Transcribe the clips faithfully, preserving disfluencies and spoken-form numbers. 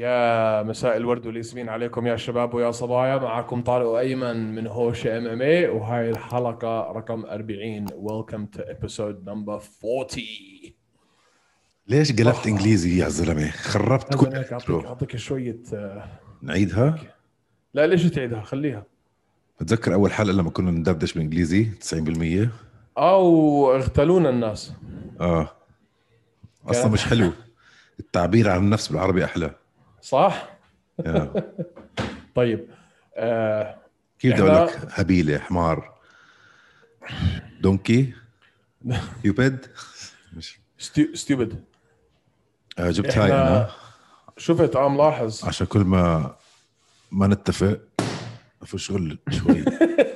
يا مساء الورد والياسمين عليكم يا شباب ويا صبايا. معكم طارق وأيمن من هوش ام ام اي، وهاي الحلقة رقم أربعين. Welcome to episode number forty. ليش قلبت أخ، انجليزي يا زلمه؟ خربت كل لازم هيك أعطيك الانترو. أعطيك شوية آه، نعيدها. هيك. لا، ليش تعيدها؟ خليها. بتذكر اول حلقه لما كنا ندردش بالانجليزي تسعين بالمية. أو اغتالونا الناس. اه، اصلا كانت مش حلو. التعبير عن النفس بالعربي احلى. صح؟ يا طيب. آه، كيف بدي اقول لك؟ إحنا هبيله، حمار، دونكي، يوبيد. مش stupid. آه جبت هاي انا إحنا شفت آه ملاحظ. عشان كل ما ما نتفق في شغل شوي.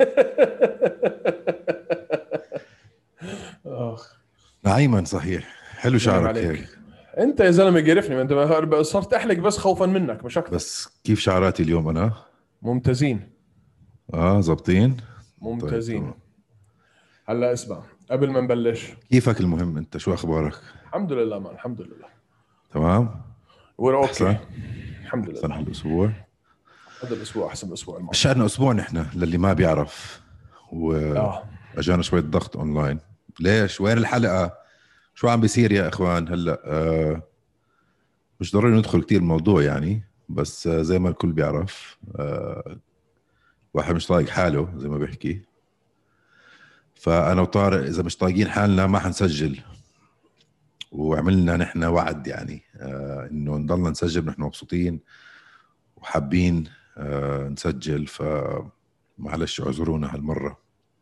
آخ. نعيما صحيح، حلو نعم شعرك هيك. عليك. انت يا زلمه قرفني، ما انت صرت احلق بس خوفا منك مش اكثر. بس كيف شعراتي اليوم انا؟ ممتازين. اه زبطين. طيب ممتازين. تمام. هلا اسمع قبل ما نبلش. كيفك؟ المهم انت شو اخبارك؟ الحمد لله مان، الحمد لله. تمام. وير اوكي. احسن. الحمد احسن لله. هالاسبوع. هذا الاسبوع احسن من الاسبوع الماضي. مشينا اسبوع نحن للي ما بيعرف، اه. واجانا شويه ضغط اونلاين. ليش؟ وين الحلقه؟ شو عم بيصير يا اخوان هلا؟ آه مش ضروري ندخل كتير الموضوع يعني، بس آه زي ما الكل بيعرف، آه واحد مش طايق حاله زي ما بيحكي. فانا وطارق اذا مش طايقين حالنا ما حنسجل. وعملنا نحن وعد يعني آه انه نضلنا نسجل نحن مبسوطين وحابين آه نسجل. فمعلش اعذرونا هالمره.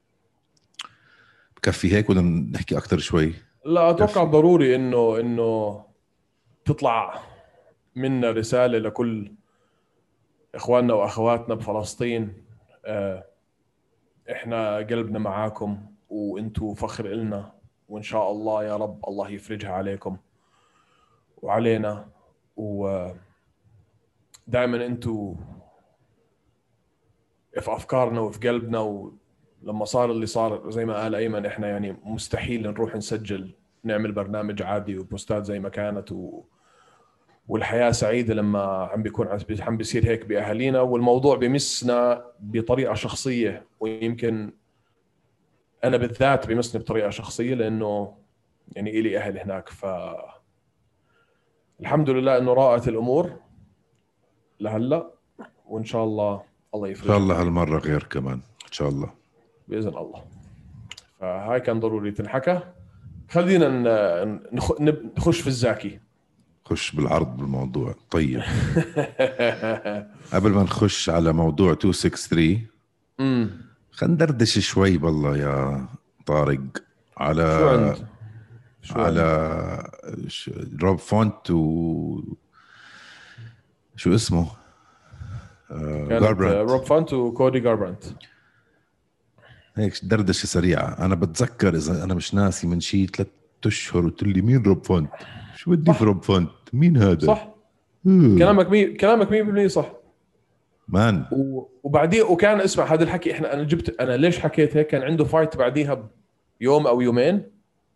بكفي هيك ولا نحكي اكثر شوي؟ لا، اتوقع كفي. ضروري انه انه تطلع منا رساله لكل اخواننا واخواتنا بفلسطين. آه، احنا قلبنا معاكم وانتو فخر إلنا، وان شاء الله يا رب الله يفرجها عليكم وعلينا. ودائما انتو في افكارنا وفي قلبنا. ولما صار اللي صار زي ما قال ايمن، احنا يعني مستحيل نروح نسجل نعمل برنامج عادي وبوستات زي ما كانت و... والحياة سعيدة لما عم بيكون عم بيصير هيك بأهالينا، والموضوع بمسنا بطريقة شخصية. ويمكن أنا بالذات بمسني بطريقة شخصية لأنه يعني إلي أهل هناك. فالحمد لله إنه راءت الأمور لهلا، وإن شاء الله الله ان شاء يفرجها الله قريب هالمره غير كمان ان شاء الله. بإذن الله. فهاي كان ضروري تنحكى. خلينا ن- نخ- نب- نخش في الزاكي. خش بالعرض بالموضوع. طيب قبل ما نخش على موضوع مئتين وثلاثة وستين، امم خلينا ندردش شوي بالله يا طارق على شو عند شو على عند ش- روب فونت و شو اسمه، آه كانت آه، جاربرانت. روب فانت وكودي جاربرانت. هيك دردشه سريعه. انا بتذكر اذا انا مش ناسي من شي ثلاث اشهر قلت لي مين روب فونت؟ شو بدي في صح. روب فونت؟ مين هذا؟ صح. آه. كلامك مي... كلامك مية بالمية صح. مان. و... وبعديه وكان اسمع هذا الحكي. احنا انا جبت انا ليش حكيت هيك؟ كان عنده فايت بعديها بيوم او يومين.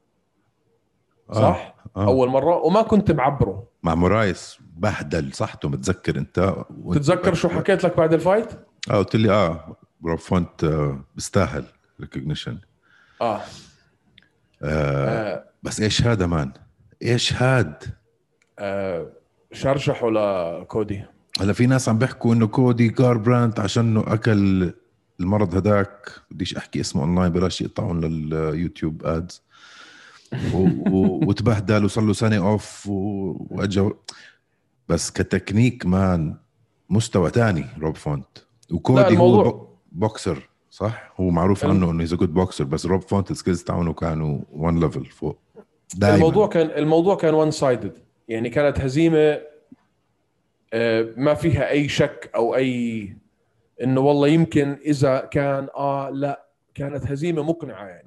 اه صح. اه اول مره وما كنت معبره. مع مورايس بهدل صحته، متذكر انت وانت تتذكر شو ب... حكيت لك بعد الفايت؟ اه قلت لي اه روب فونت آه بيستاهل ريكوجنيشن. اه, آه آه. بس ايش هذا مان؟ ايش هاد؟ آه. شرشحوا لكودي. هلا في ناس عم بيحكوا انه كودي جاربرانت عشانه اكل المرض هداك، بديش احكي اسمه اونلاين بلاش يقطعون لليوتيوب ادز، و... و... وتبهدل وصار له سنه اوف و... واجا. بس كتكنيك مان مستوى تاني روب فونت. لا وكودي هو الموضوع بو... بوكسر صح، هو معروف عنه الم... انه هيز جود بوكسر، بس روب فونت السكيلز تاعونه كانوا وان ليفل فوق دائما. الموضوع كان الموضوع كان وان سايدد. يعني كانت هزيمه آه، ما فيها اي شك او اي انه والله يمكن اذا كان اه لا، كانت هزيمه مقنعه يعني.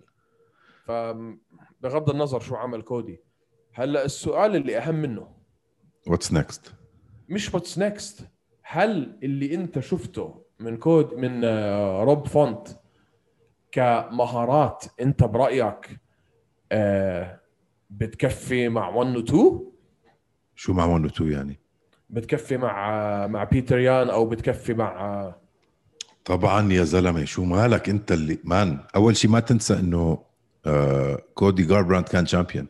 فبغض النظر شو عمل كودي، هلا السؤال اللي اهم منه واتس نيكست؟ مش واتس نيكست. هل اللي انت شفته من كود من آه، روب فونت كمهارات انت برايك آه، بتكفي مع واحد و اثنين؟ شو مع ون تو يعني؟ بتكفي مع مع بيتر يان او بتكفي مع؟ طبعا يا زلمه، شو مالك انت اللي مان. اول شيء ما تنسى انه آه كودي جاربراند كان شامبيون.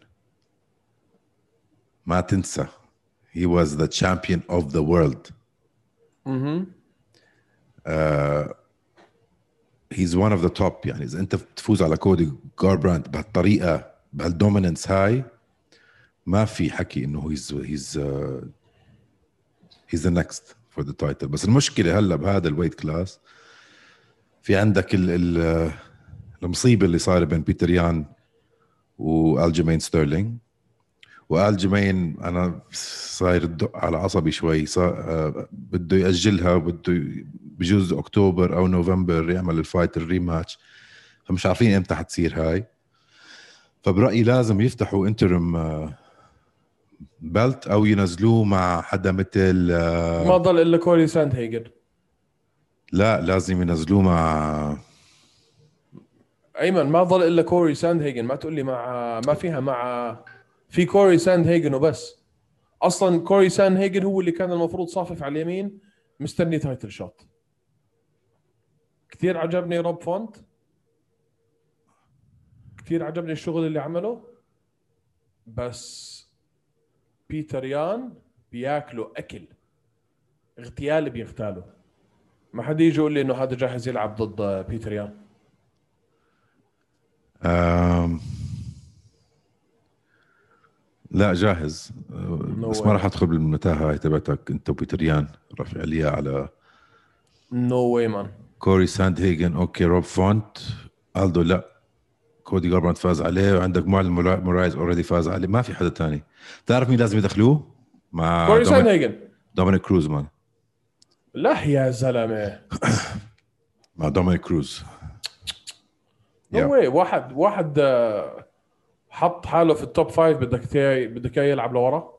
ما تنسى he was the champion of the world. اها uh, he's one of the top. يعني اذا انت بتفوز على كودي جاربراند بهالطريقه بهالدوميننس هاي، ما في حكي انه he's he's uh, he's the next for the title. بس المشكله هلا بهذا الويت كلاس في عندك ال ال المصيبه اللي صايره بين بيتر يان والجيمين ستيرلينج. والجيمين انا صاير الدق على عصبي شوي. صار بده ياجلها وبده بجوز اكتوبر او نوفمبر يعمل الفايت الريماتش، فمش عارفين امتى حتصير هاي. فبرايي لازم يفتحوا انترم بيلت او ينزلوه مع حدا مثل ما ضل الا كوري ساند هيجن. لا لازم ينزلوه مع ايمن ما ضل الا كوري ساند هيجن، ما تقول لي مع ما فيها مع في كوري ساند هيجن وبس. اصلا كوري ساند هيجن هو اللي كان المفروض صافف على اليمين مستني تايتل شوت. كثير عجبني روب فونت، كثير عجبني الشغل اللي عمله، بس بيتر يان بياكلوا اكل اغتيال بيغتاله. ما حد يجي يقول لي انه هذا جاهز يلعب ضد بيتر يان. آم... لا جاهز. نو بس واي ما راح مان، ادخل بالمتاهه هاي تبعتك انت وبيتر يان رافع لي على نو واي مان. كوري ساند هيجن. اوكي روب فونت. الدو لا، كودي جاربراند فاز عليه، وعندك مارلون مورايز اوريدي فاز عليه. ما في حدا تاني. تعرف مين لازم يدخلوه مع كوري ساند دومينيك هيجن. دومينيك كروز مان. لا يا زلمه، مع دومينيك كروز. نو يا واي. واحد واحد آه، حط حاله في التوب فايف، بدك تي... بدك اياه يلعب لورا.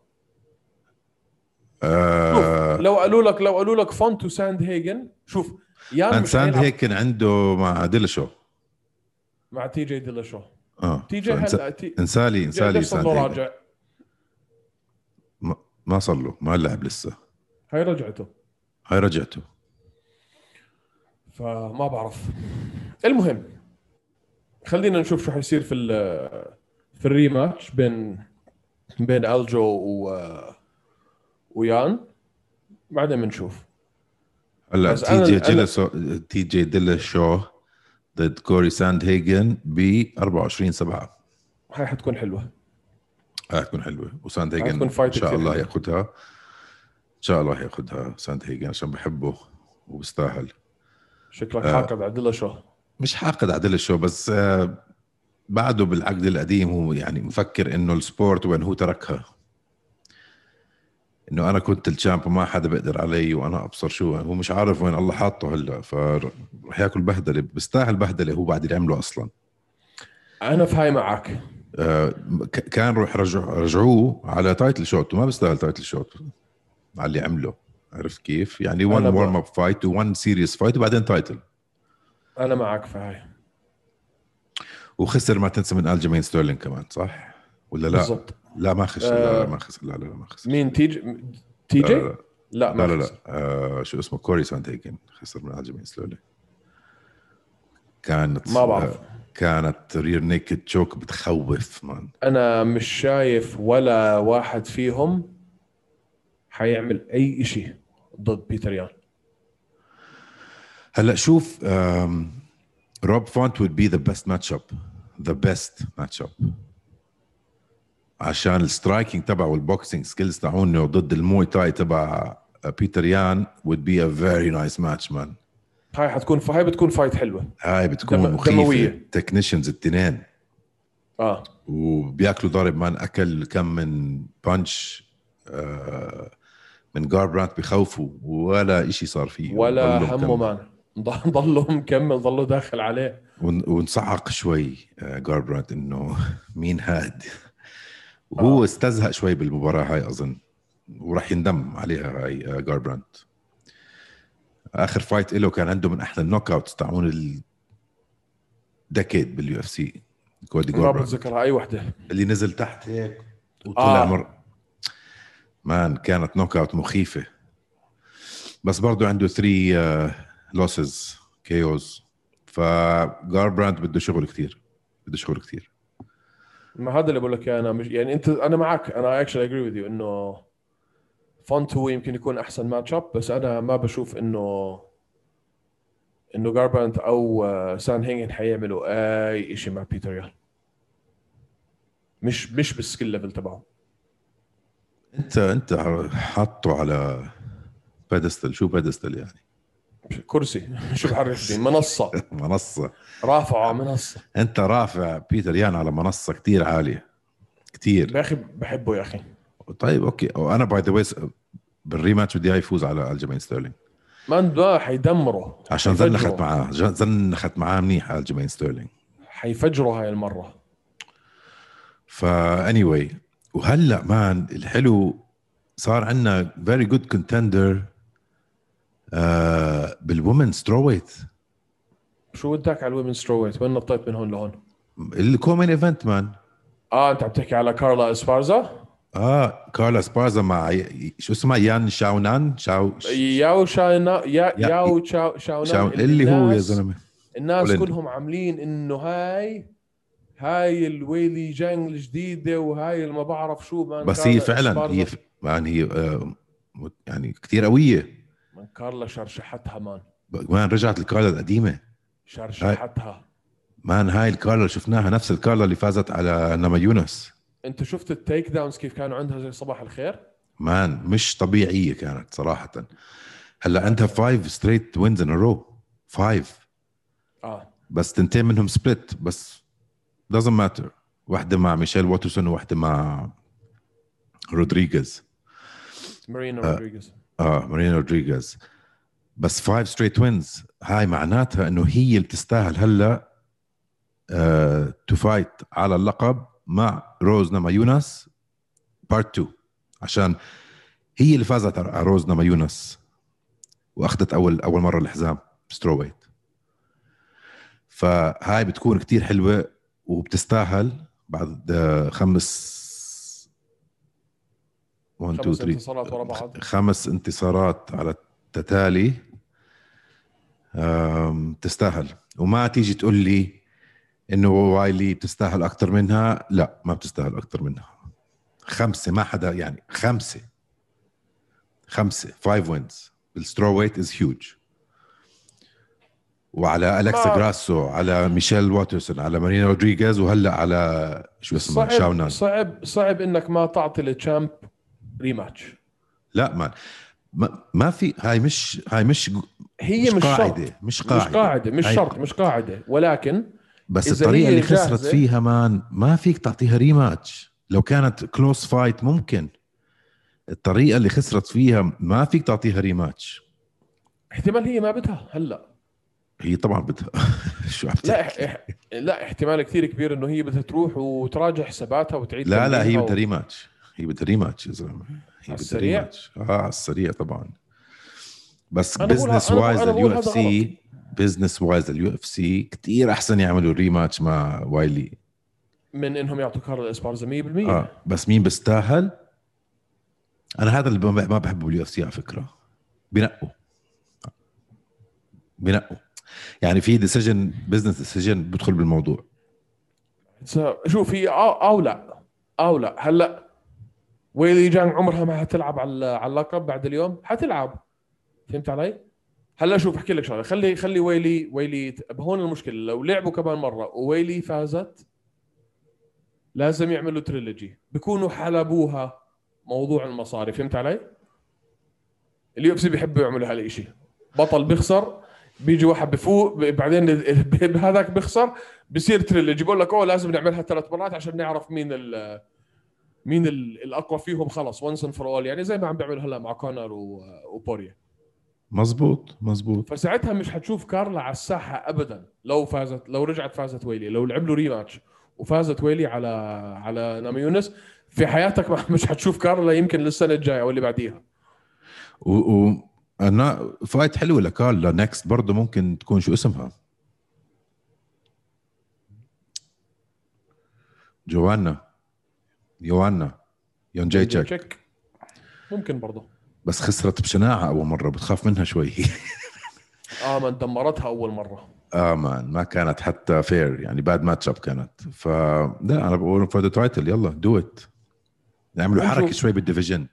شوف آه... لو قالوا لك لو قالوا لك فونت وساند هيجن، شوف يان مان مش ساند حيلعب هيكن عنده مع ديلشو. مع تي جي ديلاشو. اه تي جي فانسى هلا تي انسالي جي انسالي لسه ساند له هيكن. راجع. ما, ما صار له، ما لعب لسه. هاي رجعته، هاي رجعته. فما بعرف. المهم خلينا نشوف شو حيصير في ال- في الريماتش بين بين الجو و... ويان، بعدين بنشوف. هلا بس تي انا جي انا جيلسو تي جي ديلشو ضد كوري ساند هيجن ب أربعة وعشرين سبعة. هاي حتكون حلوه، هاي حتكون حلوه، وساند هاي هيجن حتكون ان فايت شاء كثير الله حلوه. ياخذها. ان شاء الله ياخذها ساند هيجن عشان بحبه وبستاهل. شكلك آه حاقد على ديلاشو. مش حاقد على ديلشو، بس آه بعده بالعقد القديم. هو يعني مفكر انه السبورت وين هو تركها، انه انا كنت الشامب وما حدا بيقدر علي وانا ابصر شو. هو مش عارف وين الله حاطه هلا، فرح ياكل بهدله. بيستاهل بهدله هو بعد اللي عمله اصلا. انا في هاي معك. آه ك- كان روح رجع رجعوه على تايتل شوت وما بيستاهل تايتل شوت على اللي عمله. عرفت كيف يعني؟ انا وان ب... وارم اب فايت وان سيريس فايت وبعدين تايتل. انا معك في هاي. وخسر ما تنسى من الجيمين ستيرلينج كمان، صح ولا لا؟ بالضبط. لا ما خسر. لا لا ما آه خسر. لا لا, لا ما خسر. مين تي جي تي لا لا جي لا لا ما لا لا, لا. خسر. آه شو اسمه كوري سانتيجن خسر من الجيمين ستيرلينج. كانت ما بعرف. كانت رير نيكد تشوك بتخوف مان. انا مش شايف ولا واحد فيهم حيعمل اي اشي ضد بيتر يان. هلا شوف روب فونت would be the best matchup the best matchup عشان السترايكينج تبعه والبوكسينج سكيلز تاعونه ضد الموي تاي تبع بيتر يان would be a very nice match man. هاي حتكون هاي بتكون فايت حلوه. هاي بتكون دم... مخيفة. دمويه. تكنيشنز التنين اه وبياكلوا ضارب مان. اكل كم من بانش آه من جاربرانت بخوفوا ولا اشي صار فيه. ولا ضلوا همه مكمل. مان. ضلوا مكمل، ضلوا داخل عليه. ون- ونصعق شوي آه جاربرانت انه مين هاد. وهو آه. استزهق شوي بالمباراة هاي اظن، وراح يندم عليها هاي آه جاربرانت. اخر فايت له كان عنده من احلى النوك اوتس تاعون الديكيد باليو اف سي. كودي ما جاربرانت بتذكر اي وحده. اللي نزل تحت هيك وطلع آه. مر مان كانت نوك اوت مخيفه، بس برضو عنده ثلاثة لوسز كيوز. فجاربراند بده شغل كتير، بده شغل كتير. ما هذا اللي بقول لك انا مش يعني انت انا معك، انا اكشلي اجري وذ يو انه فونت هو يمكن يكون احسن ماتش اب، بس انا ما بشوف انه انه جاربانت او آه، سان هينجن حيعملوا اي شيء مع بيتر يال، مش مش بالسكيل ليفل تبعه. انت انت حاطه على بيدستل. شو بيدستل يعني؟ كرسي شو بعرفني، منصة، منصة. رافعه منصة. انت رافع بيتر يان على منصة كتير عالية كتير. يا اخي بحبه يا اخي. طيب اوكي، وانا باي ذا ويز بالريماتش بدي اياه يفوز على الجيمين ستيرلينج، ما ما حيدمره، عشان زنخت حيفجره، معاه، ج- زنخت معاه منيح الجيمين ستيرلينج. حيفجره هاي المرة. فا anyway، وهلا مان الحلو صار عندنا very good contender آه بالومن سترويت. شو ودك على الومن سترويت؟ وين نطيت من هون لهون؟ الكومين ايفنت مان. اه انت عم تحكي على كارلا اسبارزا. اه كارلا سبارزا مع ي- شو اسمها، يان شاونان شاو ش- ياو شاونا يا يا ياو شاو شاونان شاون اللي اللي هو يا الناس زلمه الناس هولندي. كلهم عاملين انه هاي هاي الويلي جانج الجديدة، وهاي اللي ما بعرف شو مان بس هي كارلا فعلا هي اسبارزا. ف- مان هي آه مت- يعني كتير قويه. من كارلا شرشحتها مان، مان رجعت الكارلا القديمه. هاي شرشحتها. مان، هاي الكارلا اللي شفناها نفس الكارلا اللي فازت على نما يونس. انت شفت التيك داونز كيف كانوا عندها زي صباح الخير؟ مان مش طبيعيه كانت صراحه. هلا عندها فايف ستريت وينز ان رو، فايف، اه بس تنتين منهم سبليت، بس doesn't matter. واحدة مع ميشيل واترسون وواحدة مع رودريغيز. مارينا آه, رودريغيز. اه مارينا رودريغيز. بس فايف ستريت وينز هاي معناتها انه هي اللي بتستاهل هلا آه تو فايت على اللقب مع روز نمايونس بارت تو، عشان هي اللي فازت على روز نمايونس واخذت اول اول مرة الحزام سترو ويت. فهاي بتكون كتير حلوة وبتستاهل بعد آه، خمس واحد خمس اتنين انتصارات ورا بعض. تلاتة خمس انتصارات على التتالي. آم، تستاهل. وما تيجي تقول لي انه وايلي بتستاهل اكثر منها، لا ما بتستاهل اكثر منها. خمسة ما حدا يعني، خمسة خمسة فايف وينز بالسترو ويت از هيوج. وعلى أليكسا ما جراسو، على ميشيل واترسون، على مارينا رودريغيز، وهلا على شو اسمه صعب شاونان. صعب صعب انك ما تعطي التشامب ريماتش. لا ما ما, ما في، هاي مش هاي مش هي مش مش شرط، قاعدة، مش مش قاعدة قاعدة، مش هاي. شرط، مش قاعدة، ولكن بس إذا الطريقة هي اللي خسرت جاهزة. فيها مان ما فيك تعطيها ريماتش. لو كانت كلوس فايت ممكن، الطريقة اللي خسرت فيها ما فيك تعطيها ريماتش. احتمال هي ما بدها هلا. هي طبعا بدها شو عم لا إح... تحكي؟ إح... لا احتمال كثير كبير انه هي بدها تروح وتراجع حساباتها وتعيد لا لا هي تمرينها بدها و... ريماتش، هي بدها ريماتش يا زلمة، هي على بدها السريع. ريماتش اه على السريع طبعا. بس انا بقول ه... بزنس انا بقول وايز انا اليو بقول اف هذا غلط. سي، بزنس وايز اليو اف سي كثير احسن يعملوا ريماتش مع وايلي. من انهم يعطوا كارل اسبارزا مية بالمية. اه بس مين بيستاهل؟ انا هذا اللي ما بحبه باليو اف سي على فكرة. بنقوا بنقوا يعني في ديسيجن، بزنس ديسيجن بدخل بالموضوع. شوف هي أو... او لا او لا هلا ويلي جانج عمرها ما حتلعب على على اللقب بعد اليوم، حتلعب. فهمت علي؟ هلا شوف احكي لك شغله، خلي خلي ويلي ويلي هون المشكله، لو لعبوا كمان مره وويلي فازت لازم يعملوا تريلوجي، بيكونوا حلبوها موضوع المصاري. فهمت علي؟ اليو اف سي بيحبوا يعملوا هالشيء، بطل بيخسر بيجي واحد بفوق بعدين هذاك بيخسر بصير تريلوجي، بقول لك اوه لازم نعملها ثلاث مرات عشان نعرف مين ال مين ال الاقوى فيهم، خلص وانس اند فور اول، يعني زي ما عم بيعملوا هلا مع كونر وبوريا. مزبوط مزبوط. فساعتها مش حتشوف كارلا على الساحه ابدا لو فازت، لو رجعت فازت ويلي، لو لعب له ريماتش وفازت ويلي على على نامي يونس، في حياتك مش حتشوف كارلا يمكن للسنه الجايه او اللي بعديها. و, و... انا فايت حلوه لكارلا نكست برضه ممكن تكون شو اسمها، جوانا يوانا يونجيتشك. ممكن برضه. بس خسرت بشناعة أول مرة، بتخاف منها شوي. اه من دمرتها اول مره. اه مان ما كانت حتى فير يعني، بعد ماتش اب كانت. فلا انا بقول فور ذا تايتل، يلا دو ات، نعملوا حركه هنشوف. شوي بالديفيجن.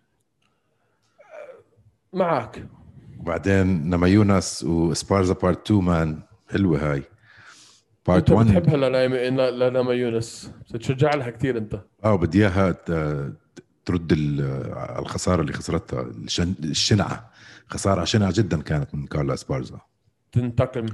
معك. وبعدين لما يونس وسبارزا بارت اتنين مان حلوه هاي. بارت انت واحد بتحبها لنايم لنايم يونس، بتشجع لها كثير انت. اه بدي اياها ت- ترد ال- الخساره اللي خسرتها، الشن- الشنعه، خساره شنعه جدا كانت من كارلا سبارزا. تنتقم.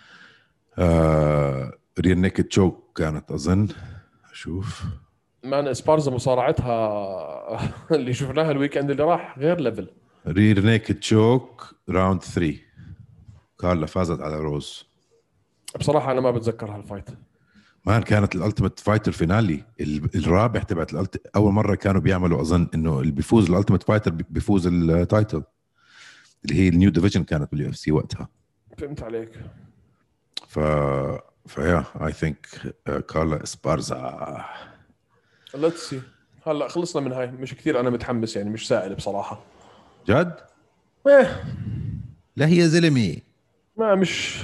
آه رير نيكد تشوك كانت اظن، شوف مان اسبارزا مصارعتها اللي شفناها الويكند اللي راح غير ليفل. رير نيكد تشوك راوند ثلاثة، كارلا فازت على روز. بصراحه انا ما بتذكر هالفايت. مان كانت الالتيميت فايتر فينالي ال- الرابع تبعت الالت... اول مره كانوا بيعملوا اظن انه اللي بيفوز الالتيميت فايتر بيفوز التايتل، اللي هي النيو ديفيجن كانت باليو اف سي وقتها. فهمت عليك. ف فيا اي ثينك كارلا اسبارزا. ليتس سي. هلا خلصنا من هاي، مش كثير انا متحمس يعني، مش سائل بصراحه. جد ايه. لا هي زلمي. ما مش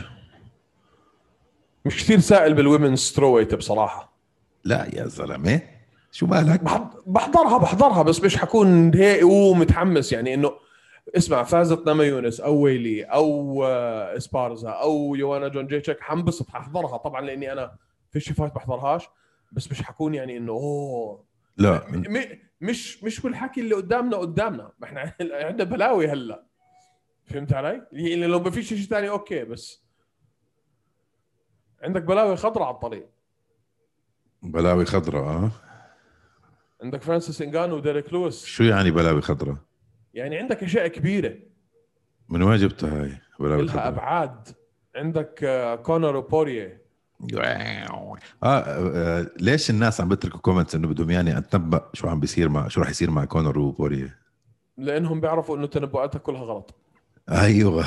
مش كثير سائل بالويمن سترويت بصراحه. لا يا زلمه شو بالك. بحض- بحضرها بحضرها بس مش حكون هيك ومتحمس يعني انه اسمع فازت ناما يونس او ويلي او آه، اسبارزا او يوانا جون جيتشك، حنبسط ححضرها طبعا لاني انا في شي فايت بحضرهاش. بس مش حكون يعني انه اوه. م لا م مش مش بالحكي اللي قدامنا قدامنا ما احنا عندنا بلاوي هلا. فهمت علي؟ يعني لو ما فيش شيء ثاني اوكي، بس عندك بلاوي خضراء على الطريق. بلاوي خضراء اه. عندك فرانسيس انغانو وديريك لويس. شو يعني بلاوي خضراء؟ يعني عندك اشياء كبيره من وين جبتها هاي بلاوي إلها خضراء؟ ابعاد. عندك آه، كونر وبوريه. آه, آه ليش الناس عم بتركوا كومنتس انه بدهم يعني اتنبأ شو عم بيصير مع شو راح يصير مع كونر وبوريه؟ لانهم بيعرفوا انه تنبؤاتها كلها غلط. ايوه.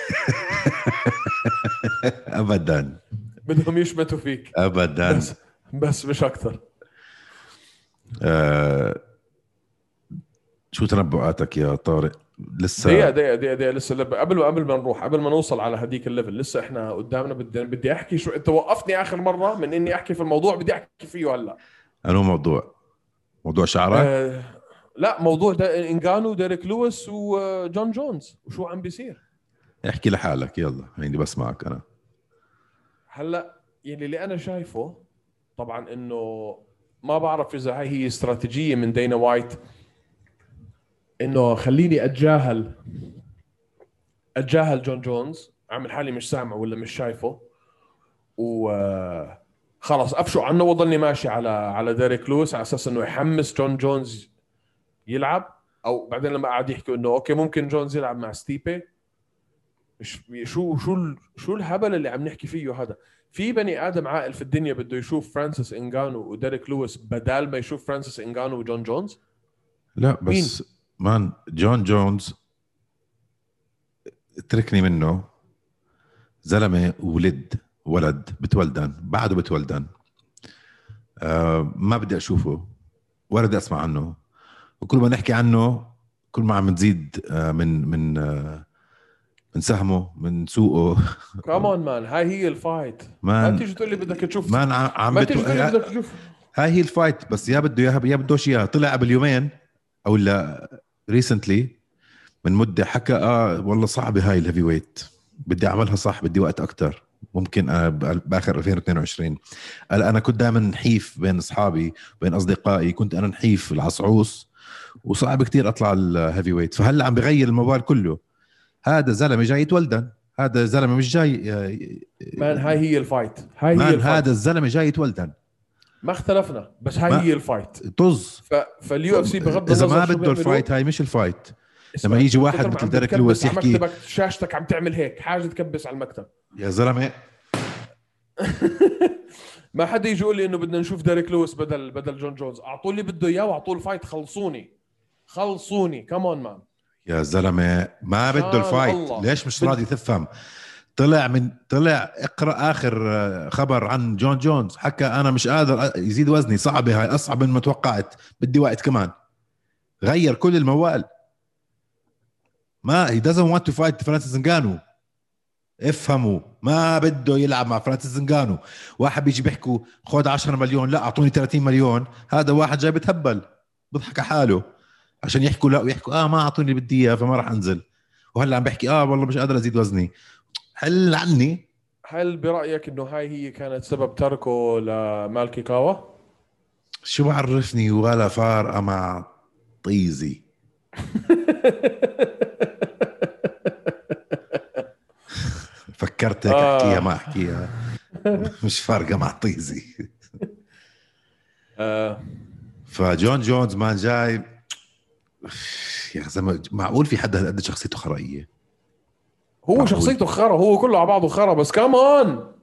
ابدا بدهم يشمتوا فيك. ابدا. بس بس مش اكثر. آه شو تنبؤاتك يا طارق لسه؟ دقيقة دقيقة دقيقة دقيقة لسه لب- قبل ما قبل ما نروح، قبل ما نوصل على هديك الليفل لسه احنا قدامنا. بدي بدي احكي شو انت وقفتني اخر مرة من اني احكي في الموضوع، بدي احكي فيه هلا. انو موضوع موضوع شعرك؟ آه لا موضوع دا انغانو ديريك لويس وجون جونز وشو عم بيصير. احكي لحالك يلا هيني بسمعك انا. هلا يلي اللي انا شايفه طبعا انه ما بعرف اذا هاي هي استراتيجية من دينا وايت انه خليني اتجاهل اتجاهل جون جونز، اعمل حالي مش سامعه ولا مش شايفه، وخلص افشو عنه وضلني ماشي على على ديريك لويس على اساس انه يحمس جون جونز يلعب. او بعدين لما قعد يحكوا انه اوكي ممكن جونز يلعب مع ستيبي. مش شو شو ال- شو الهبل اللي عم نحكي فيه هذا. في بني ادم عاقل في الدنيا بده يشوف فرانسيس انغانو وديريك لويس بدال ما يشوف فرانسيس انغانو وجون جونز؟ لا بس مين؟ مان جون جونز اتركني منه، زلمه ولد ولد بتولدن بعده بتولدن. آه ما بدي اشوفه ولا بدي اسمع عنه، وكل ما نحكي عنه كل ما عم تزيد آه من من آه من سهمه من سوقه. كمان مان هاي هي الفايت. ما مان تيجي تقول لي بدك تشوف. مان ع- عم ما بتو... تيجي تقول لي بدك تشوف. هاي هي الفايت، بس يا بده اياها يا بدوش اياها. طلع قبل يومين او لا ريسنتلي من مده حكى اه والله صعبه هاي الهيفي ويت، بدي اعملها صح، بدي وقت اكتر ممكن آه باخر ألفين واثنين وعشرين. قال انا كنت دائما نحيف بين اصحابي بين اصدقائي، كنت انا نحيف العصعوص وصعب كتير اطلع الهيفي ويت، فهلا عم بغير الموال كله. هذا زلمه جاي يتولدن، هذا زلمه مش جاي. مان هاي هي الفايت. هاي هي مان الفايت. هذا الزلمه جاي يتولدن. ما اختلفنا بس هاي ما هي الفايت. طز. ف... فاليو اف سي بغض اذا النظر ما شو بده بيعملوا. الفايت هاي مش الفايت. اسمع، لما يجي من واحد كتر ما مثل عم ديريك بتكبس لويس على يحكي مكتبك شاشتك عم تعمل هيك حاجه تكبس على المكتب. يا زلمه ما حدا يجي يقول لي انه بدنا نشوف ديريك لويس بدل بدل جون جونز. اعطوا لي بده اياه واعطوه الفايت. خلصوني خلصوني كمان مان. يا زلمه ما بده شان الفايت. الله. ليش مش بد- راضي تفهم؟ طلع من طلع اقرا اخر آه، خبر عن جون جونز، حكى انا مش قادر أ- يزيد وزني، صعبه هاي، اصعب من ما توقعت، بدي وقت كمان. غير كل الموال. ما he doesn't want to fight فرانسيس نغانو. افهموا ما بده يلعب مع فرانسيس نغانو. واحد بيجي بيحكوا خد عشرة مليون لا اعطوني ثلاثين مليون. هذا واحد جاي بتهبل بضحك على حاله عشان يحكوا لا ويحكوا اه ما اعطوني اللي بدي اياه فما راح انزل. وهلا عم بحكي اه والله مش قادر ازيد وزني. حل عني. هل برأيك انه هاي هي كانت سبب تركه لمالكي كاوا؟ شو بعرفني ولا فارقه مع طيزي. فكرت هيك احكيها ما احكيها. مش فارقه مع طيزي. فجون جونز مان جاي يا زلمه. معقول في حدا قد شخصيته خرائيه؟ هو معقول. شخصيته خرا. هو كله على بعضه خرا. بس كمان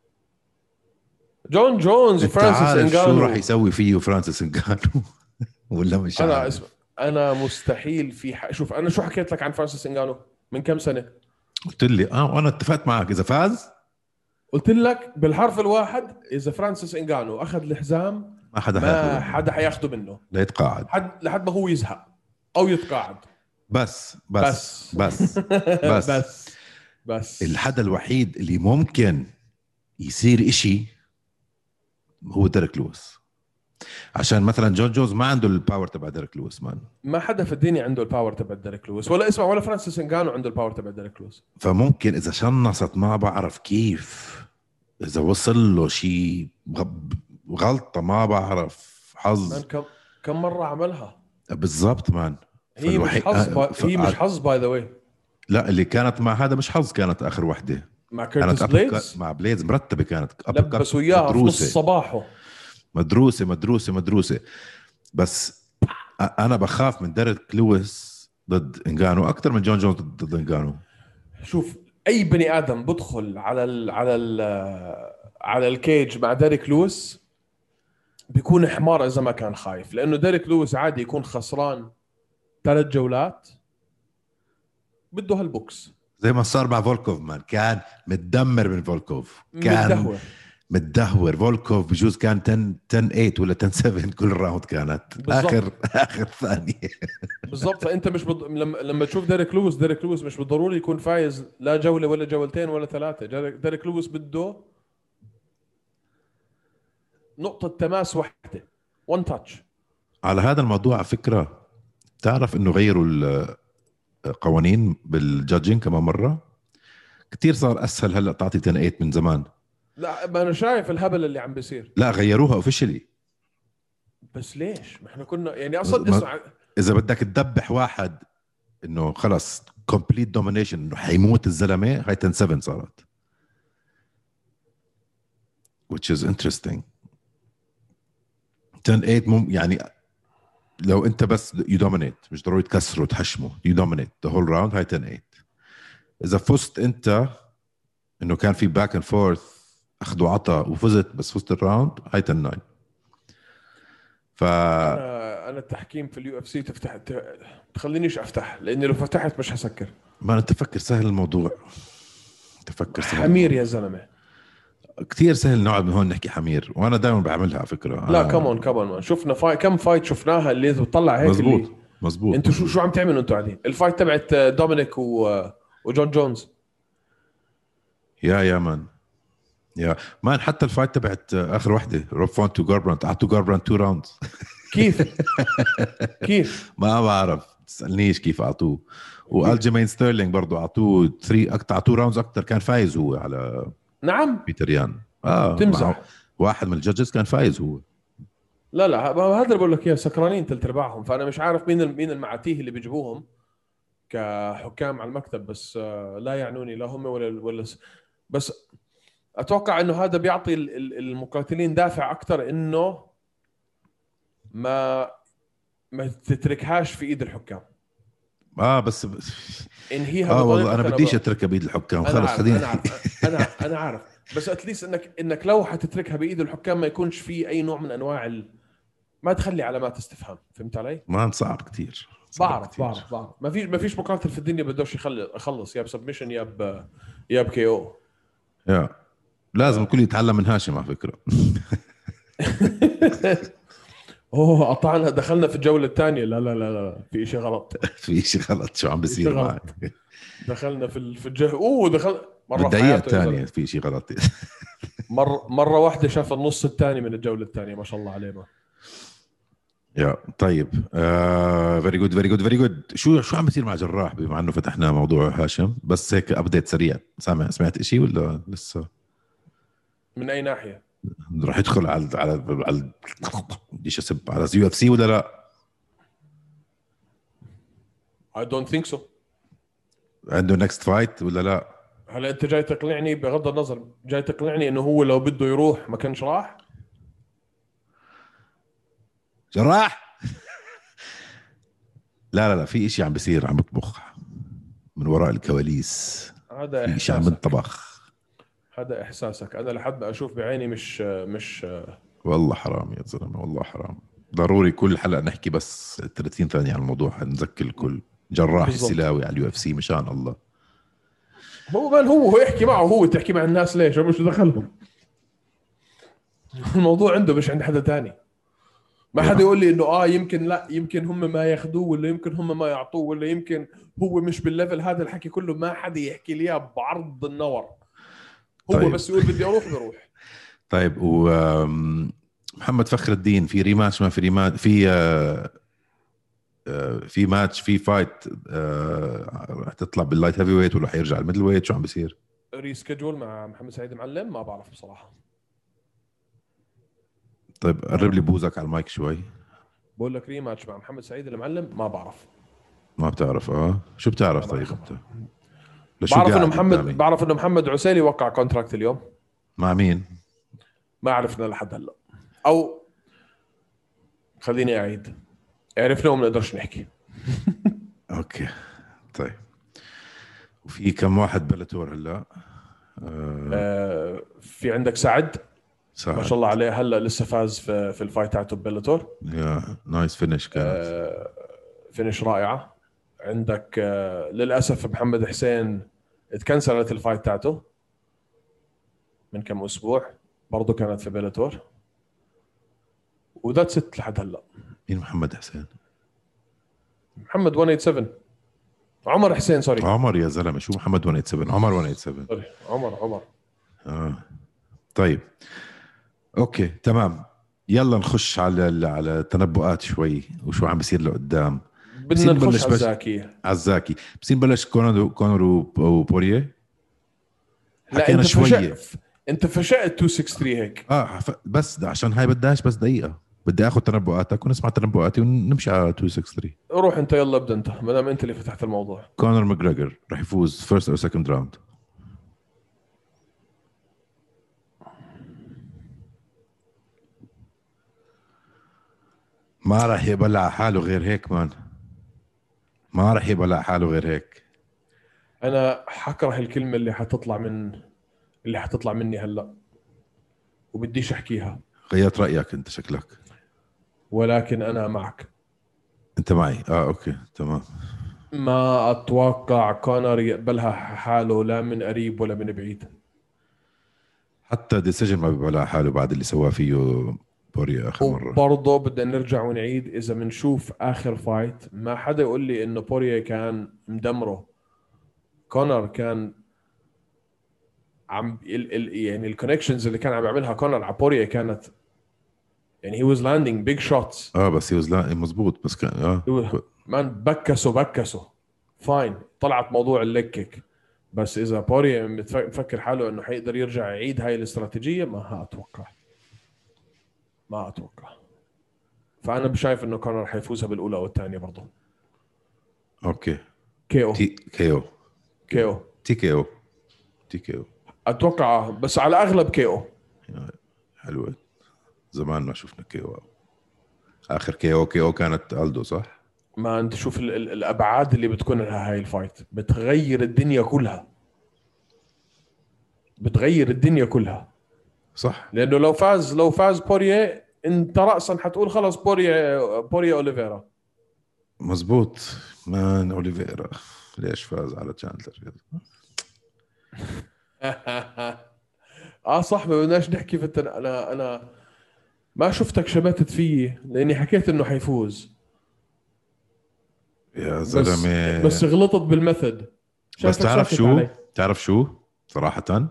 جون جونز وفرانسيس انغانو شو راح يسوي فيه فرانسيس انغانو؟ ولا مش انا عارف. اسم... انا مستحيل في ح... شوف انا شو حكيت لك عن فرانسيس انغانو من كم سنه؟ قلت لي اه وانا اتفقت معك اذا فاز قلت لك بالحرف الواحد اذا فرانسيس انغانو اخذ الحزام ما حدا ما حدا حياخده منه. لا يتقاعد حد لحد ما هو يزهق او يتقاعد. بس بس بس بس بس, بس, بس. الحدا الوحيد اللي ممكن يصير إشي هو ديريك لويس. عشان مثلا جون جونز ما عنده الباور تبع ديريك لويس. مان ما حدا في الدنيا عنده الباور تبع ديريك لويس ولا اسمع ولا فرانسيس انغانو عنده الباور تبع ديريك لويس. فممكن اذا شنصت ما بعرف كيف اذا وصل له شيء غلطه ما بعرف حظ. كم كم مره عملها بالضبط مان. هي مش حظ با... هي مش حظ باي ذا واي. لا اللي كانت مع هذا مش حظ. كانت اخر وحده مع كيرتس بليدز. مع بليدز مرتبه كانت لبسوا اياها في نص صباحه. مدروسه مدروسه مدروسه. بس انا بخاف من ديريك لويس ضد انغانو اكثر من جون جونز ضد انغانو. شوف اي بني ادم بدخل على ال على ال على الكيج مع ديريك لويس بيكون حمار اذا ما كان خايف. لانه ديريك لويس عادي يكون خسران ثلاث جولات بده هالبوكس زي ما صار مع فولكوف. مان كان متدمر من فولكوف. كان متدهور متدهور. فولكوف بجوز كان عشرة ثمانية ولا عشرة سبعة كل راوند كانت بالزبط. اخر اخر ثانيه بالضبط. فانت مش بض... لما لما تشوف ديريك لويس ديريك لويس مش بالضروري يكون فايز لا جوله ولا جولتين ولا ثلاثه. ديريك لويس بده نقطه تماس واحده وان تاتش. على هذا الموضوع على فكره تعرف انه غيروا القوانين بالجادجين كمان مره كتير صار اسهل. هلا تعطي عشرة ثمانية من زمان. لا ما انا شايف الهبل اللي عم بيصير. لا غيروها اوفيشلي. بس ليش ما احنا كنا يعني اصلا اسمع اذا بدك تدبح واحد انه خلص كومبليت دومينيشن انه حيموت الزلمه هاي عشرة سبعة صارت which is interesting. عشرة ثمانية مم يعني لو انت بس you dominate مش ضروري تكسره وتحشمه you dominate the whole round هاي عشرة ثمانية. اذا فزت انت انه كان في باك اند فورث اخذ وعطى وفزت بس فزت الراوند هاي عشرة تسعة. ف انا انا التحكيم في اليو اف سي تفتح تخلينيش افتح لاني لو فتحت مش هسكر. ما انت تفكر سهل الموضوع. تفكر سهل حمير يا زلمه. كتير سهل نقعد من هون نحكي حمير وانا دائما بعملها على فكره. لا كمان كمان شفنا فاي كم فايت شفناها اللي بتطلع هيك. مزبوط اللي... مزبوط. انتوا شو شو عم تعملوا انتوا قاعدين؟ الفايت تبعت دومينيك و... وجون جونز يا يا مان يا مان. حتى الفايت تبعت اخر وحده روب فونت وغاربرانت اعطوا غاربرانت تو راوندز. كيف كيف ما بعرف تسالنيش كيف اعطوه. والجيمين ستيرلينج برضو اعطوه ثلاثة اكثر اعطوه راوندز اكثر. كان فايز هو على نعم بيتر يان. اه تمزح. واحد من الجادجز كان فايز هو. لا لا هذا اللي بقول لك اياه سكرانين ثلث ارباعهم. فانا مش عارف مين مين المعاتيه اللي بيجيبوهم كحكام على المكتب. بس لا يعنوني لا هم ولا ولا بس اتوقع انه هذا بيعطي المقاتلين دافع اكثر انه ما ما تتركهاش في ايد الحكام. اه بس انهيها. اه والله انا بديش اتركها بايد الحكام خلص خلينا. انا عارف انا انا عارف بس اتليست انك انك لو حتتركها بايد الحكام ما يكونش في اي نوع من انواع ال... ما تخلي علامات استفهام. فهمت علي؟ ما صعب كتير. بعرف بعرف بعرف ما فيش ما فيش مقاتل في الدنيا بدوش يخلص يخلص يا بسبمشن يا ب يا بكي او. يا لازم الكل يتعلم من هاشم على فكره. اوه قطعنا، دخلنا في الجوله الثانيه. لا لا لا لا، في شيء غلط. في شيء غلط، شو عم في شيء بيصير غلط. معك؟ دخلنا في ال- في الجه اوه دخل مره في بالدقيقة حياته يا الثانية زلمه. في شيء غلط. مره مره واحده شاف النص الثاني من الجوله الثانيه، ما شاء الله عليه. ما يا طيب، فيري جود فيري جود فيري جود. شو شو عم بيصير مع جراح، بما انه فتحنا موضوع هاشم؟ بس هيك ابديت سريع. سامع سمعت إشي ولا لسه؟ من اي ناحيه؟ راح يدخل على على على بديش اسب على يو اف سي ولا لا؟ I don't think so. عنده نكست فايت ولا لا؟ هلا انت جاي تقنعني، بغض النظر جاي تقنعني انه هو لو بده يروح ما كانش راح؟ جراح لا لا لا، في إشي عم بيصير، عم بطبخ من وراء الكواليس. هذا في إشي عم احساسك. بنطبخ. هذا احساسك، انا لحد ما اشوف بعيني مش مش والله حرام يا زلمه، والله حرام. ضروري كل حلقه نحكي بس ثلاثين ثانيه عن الموضوع، نذكر الكل. جراح بالضبط. السلاوي على اليو اف سي مشان الله. هو من هو هو يحكي معه، هو تحكي مع الناس ليش؟ مش دخلهم. الموضوع عنده مش عند حدا تاني. ما حدا يقول لي انه اه يمكن لا، يمكن هم ما ياخذوه، ولا يمكن هم ما يعطوه، ولا يمكن هو مش بالليفل. هذا الحكي كله ما حدا يحكي لي اياه بعرض النور. هو طيب. بس يقول بدي اروح بروح. طيب، و محمد فخر الدين في ريماتش؟ ما في ريماتش؟ في آه، آه، في ماتش، في فايت آه، رح تطلع باللايت هيفي ويت ولا حيرجع الميدل ويت؟ شو عم بيصير؟ ريسكجول مع محمد سعيد معلم، ما بعرف بصراحه. طيب قرب لي بوزك على المايك شوي. بقول لك ريماتش مع محمد سعيد المعلم، ما بعرف. ما بتعرف؟ اه شو بتعرف؟ ما معي طيب خبر. انت لشو بعرف انه قاعد محمد قدامي؟ بعرف انه محمد عسيلي وقع كونتراكت اليوم. مع مين؟ ما عرفنا لحد هلا، او خليني اعيد، عرفنا وما نقدرش نحكي. اوكي طيب. وفي كم واحد بلاتور هلا؟ آه آه في عندك سعد، سعد. ما شاء الله عليه، هلا لسه فاز في في الفايت تاعته ببلاتور. يا نايس فينش كانت. آه فينش رائعه. عندك آه للاسف محمد حسين اتكنسلت الفايت تاعته من كم اسبوع، برضه كانت في بلاتور. وذات ست لحد هلا. مين محمد حسين؟ محمد مية وسبعة وثمانين، عمر حسين سوري. عمر يا زلمه، شو محمد مية وسبعة؟ عمر مية وسبعة. سوري عمر عمر. اه طيب اوكي تمام. يلا نخش على على التنبؤات شوي، وشو عم بيصير لقدام. بدنا نخش على الزاكي. عزاكي بصير نبلش كونر كونر وبوريه. لا حكينا انت شويه. فشأت، انت فشأت مئتين وثلاثة وستين هيك. اه ف... بس ده عشان هاي بدهاش بس دقيقه، بدي اخذ تنبؤاتك ونسمع تنبؤاتي ونمشي على مئتين وستة وستين. روح انت، يلا ابدا انت ما دام انت اللي فتحت الموضوع. كونر ماجريجر رح يفوز فيرست او سكند راوند. ما راح يقبل على حاله غير هيك مان، ما راح يقبل على حاله غير هيك. انا حكره الكلمه اللي حتطلع من اللي حتطلع مني هلا، وبديش احكيها، غيرت رايك انت شكلك. ولكن انا معك. انت معي؟ اه اوكي تمام. ما اتوقع كونر يقبلها حاله، لا من قريب ولا من بعيد. حتى ديسيجن ما بيقبل على حاله بعد اللي سواه فيه بوريا اخر مره. وبرضه بدنا نرجع ونعيد، اذا بنشوف اخر فايت ما حدا يقول لي انه بوريا كان مدمره. كونر كان عم ال ال يعني الكونكشنز اللي كان عم يعملها كونر على بوريا كانت يعني he was landing big shots. اه بس يوز لا مزبوط، بس كان اه مان بكسوا بكسوا فاين، طلعت موضوع الليج كيك. بس اذا بوريا مفكر حاله انه حيقدر يرجع يعيد هاي الاستراتيجيه، ما اتوقع ما اتوقع. فانا بشايف انه كونر حيفوزها بالاولى او الثانيه برضه. اوكي. كيو تي كيو كيو تي كيو تي كيو اتوقع، بس على اغلب كيو. حلوة. زمان ما شفنا كيو. اخر كيو كيو كانت الدو صح؟ ما انت شوف ال ال الابعاد اللي بتكون لها هاي الفايت، بتغير الدنيا كلها، بتغير الدنيا كلها. صح. لانه لو فاز لو فاز بوريه، انت راسا حتقول خلص بوريه بوريه اوليفيرا. مزبوط. مان اوليفيرا ليش فاز على تشاندلر؟ اه صح، ما بدناش نحكي في التن... انا انا ما شفتك شبتت فيه لاني حكيت انه حيفوز. يا بس بس زلمه. غلطت بالمثل. بس شايفك تعرف ساكت شو علي. تعرف شو صراحه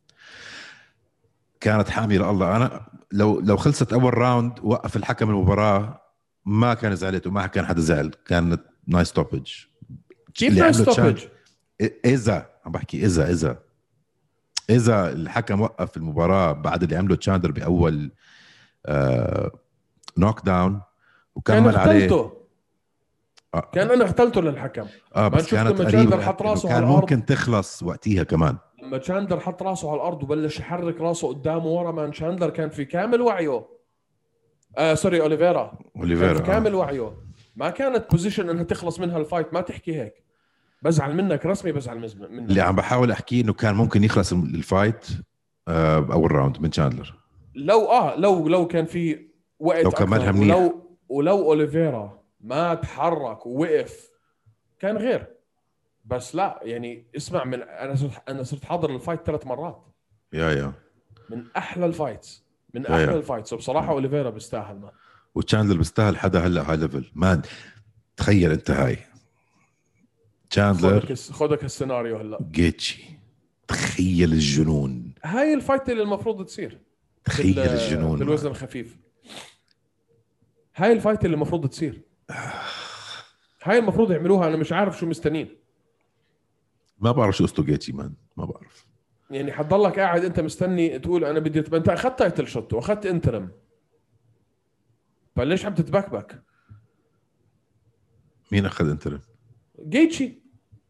كانت حامله الله. انا لو لو خلصت اول راوند وقف الحكم المباراه ما كان زعلت وما كان حدا زعل. كانت نايس ستوبج كيف اللي نايس عمله تشان. ستوبج؟ اذا عم بحكي اذا اذا اذا الحكم وقف المباراه بعد اللي عمله تشاندر باول آه نوك داون كان وكمل عليه. اختلته. كان اه, انا اختلته للحكم. آه ما بس شفت كانت لما تشاندر قريبه حط انه راسه على كان الارض. ممكن تخلص وقتها كمان. لما تشاندر حط راسه على الارض وبلش يحرك راسه قدامه ورا، مان تشاندر كان في كامل وعيه. آه سوري اوليفيرا. كان في اوليفيرا اه كامل وعيه. ما كانت بوزيشن انها تخلص منها الفايت. ما تحكي هيك. بزعل منك رسمي، بزعل اللي منك. عم بحاول احكيه انه كان ممكن يخلص الفايت آه باول راوند من تشاندلر لو اه لو لو كان في لو وقت كملها اكثر، منيح. ولو ولو اوليفيرا ما تحرك ووقف كان غير. بس لا يعني اسمع، من انا صرت انا صرت حاضر الفايت ثلاث مرات. يا يا من احلى الفايتس. من يا احلى يا الفايتس وبصراحه اوليفيرا بيستاهل. ما وتشاندلر بيستاهل حدا هلا هاي ليفل مان. تخيل انت هاي خذك تشاندلر خذك السيناريو هلا. جيتشي. تخيل الجنون. هاي الفايت اللي المفروض تصير تخيل بال الجنون بالوزن مان. الخفيف. هاي الفايت اللي المفروض تصير. هاي المفروض يعملوها. انا مش عارف شو مستنين. ما بعرف شو قصته جيتشي مان. ما بعرف. يعني حتضلك قاعد انت مستني تقول انا بدي أتب... انت اخذت تايتل شوت واخذت انترم. فليش عم تتبكبك؟ مين اخذ انترم؟ جيتشي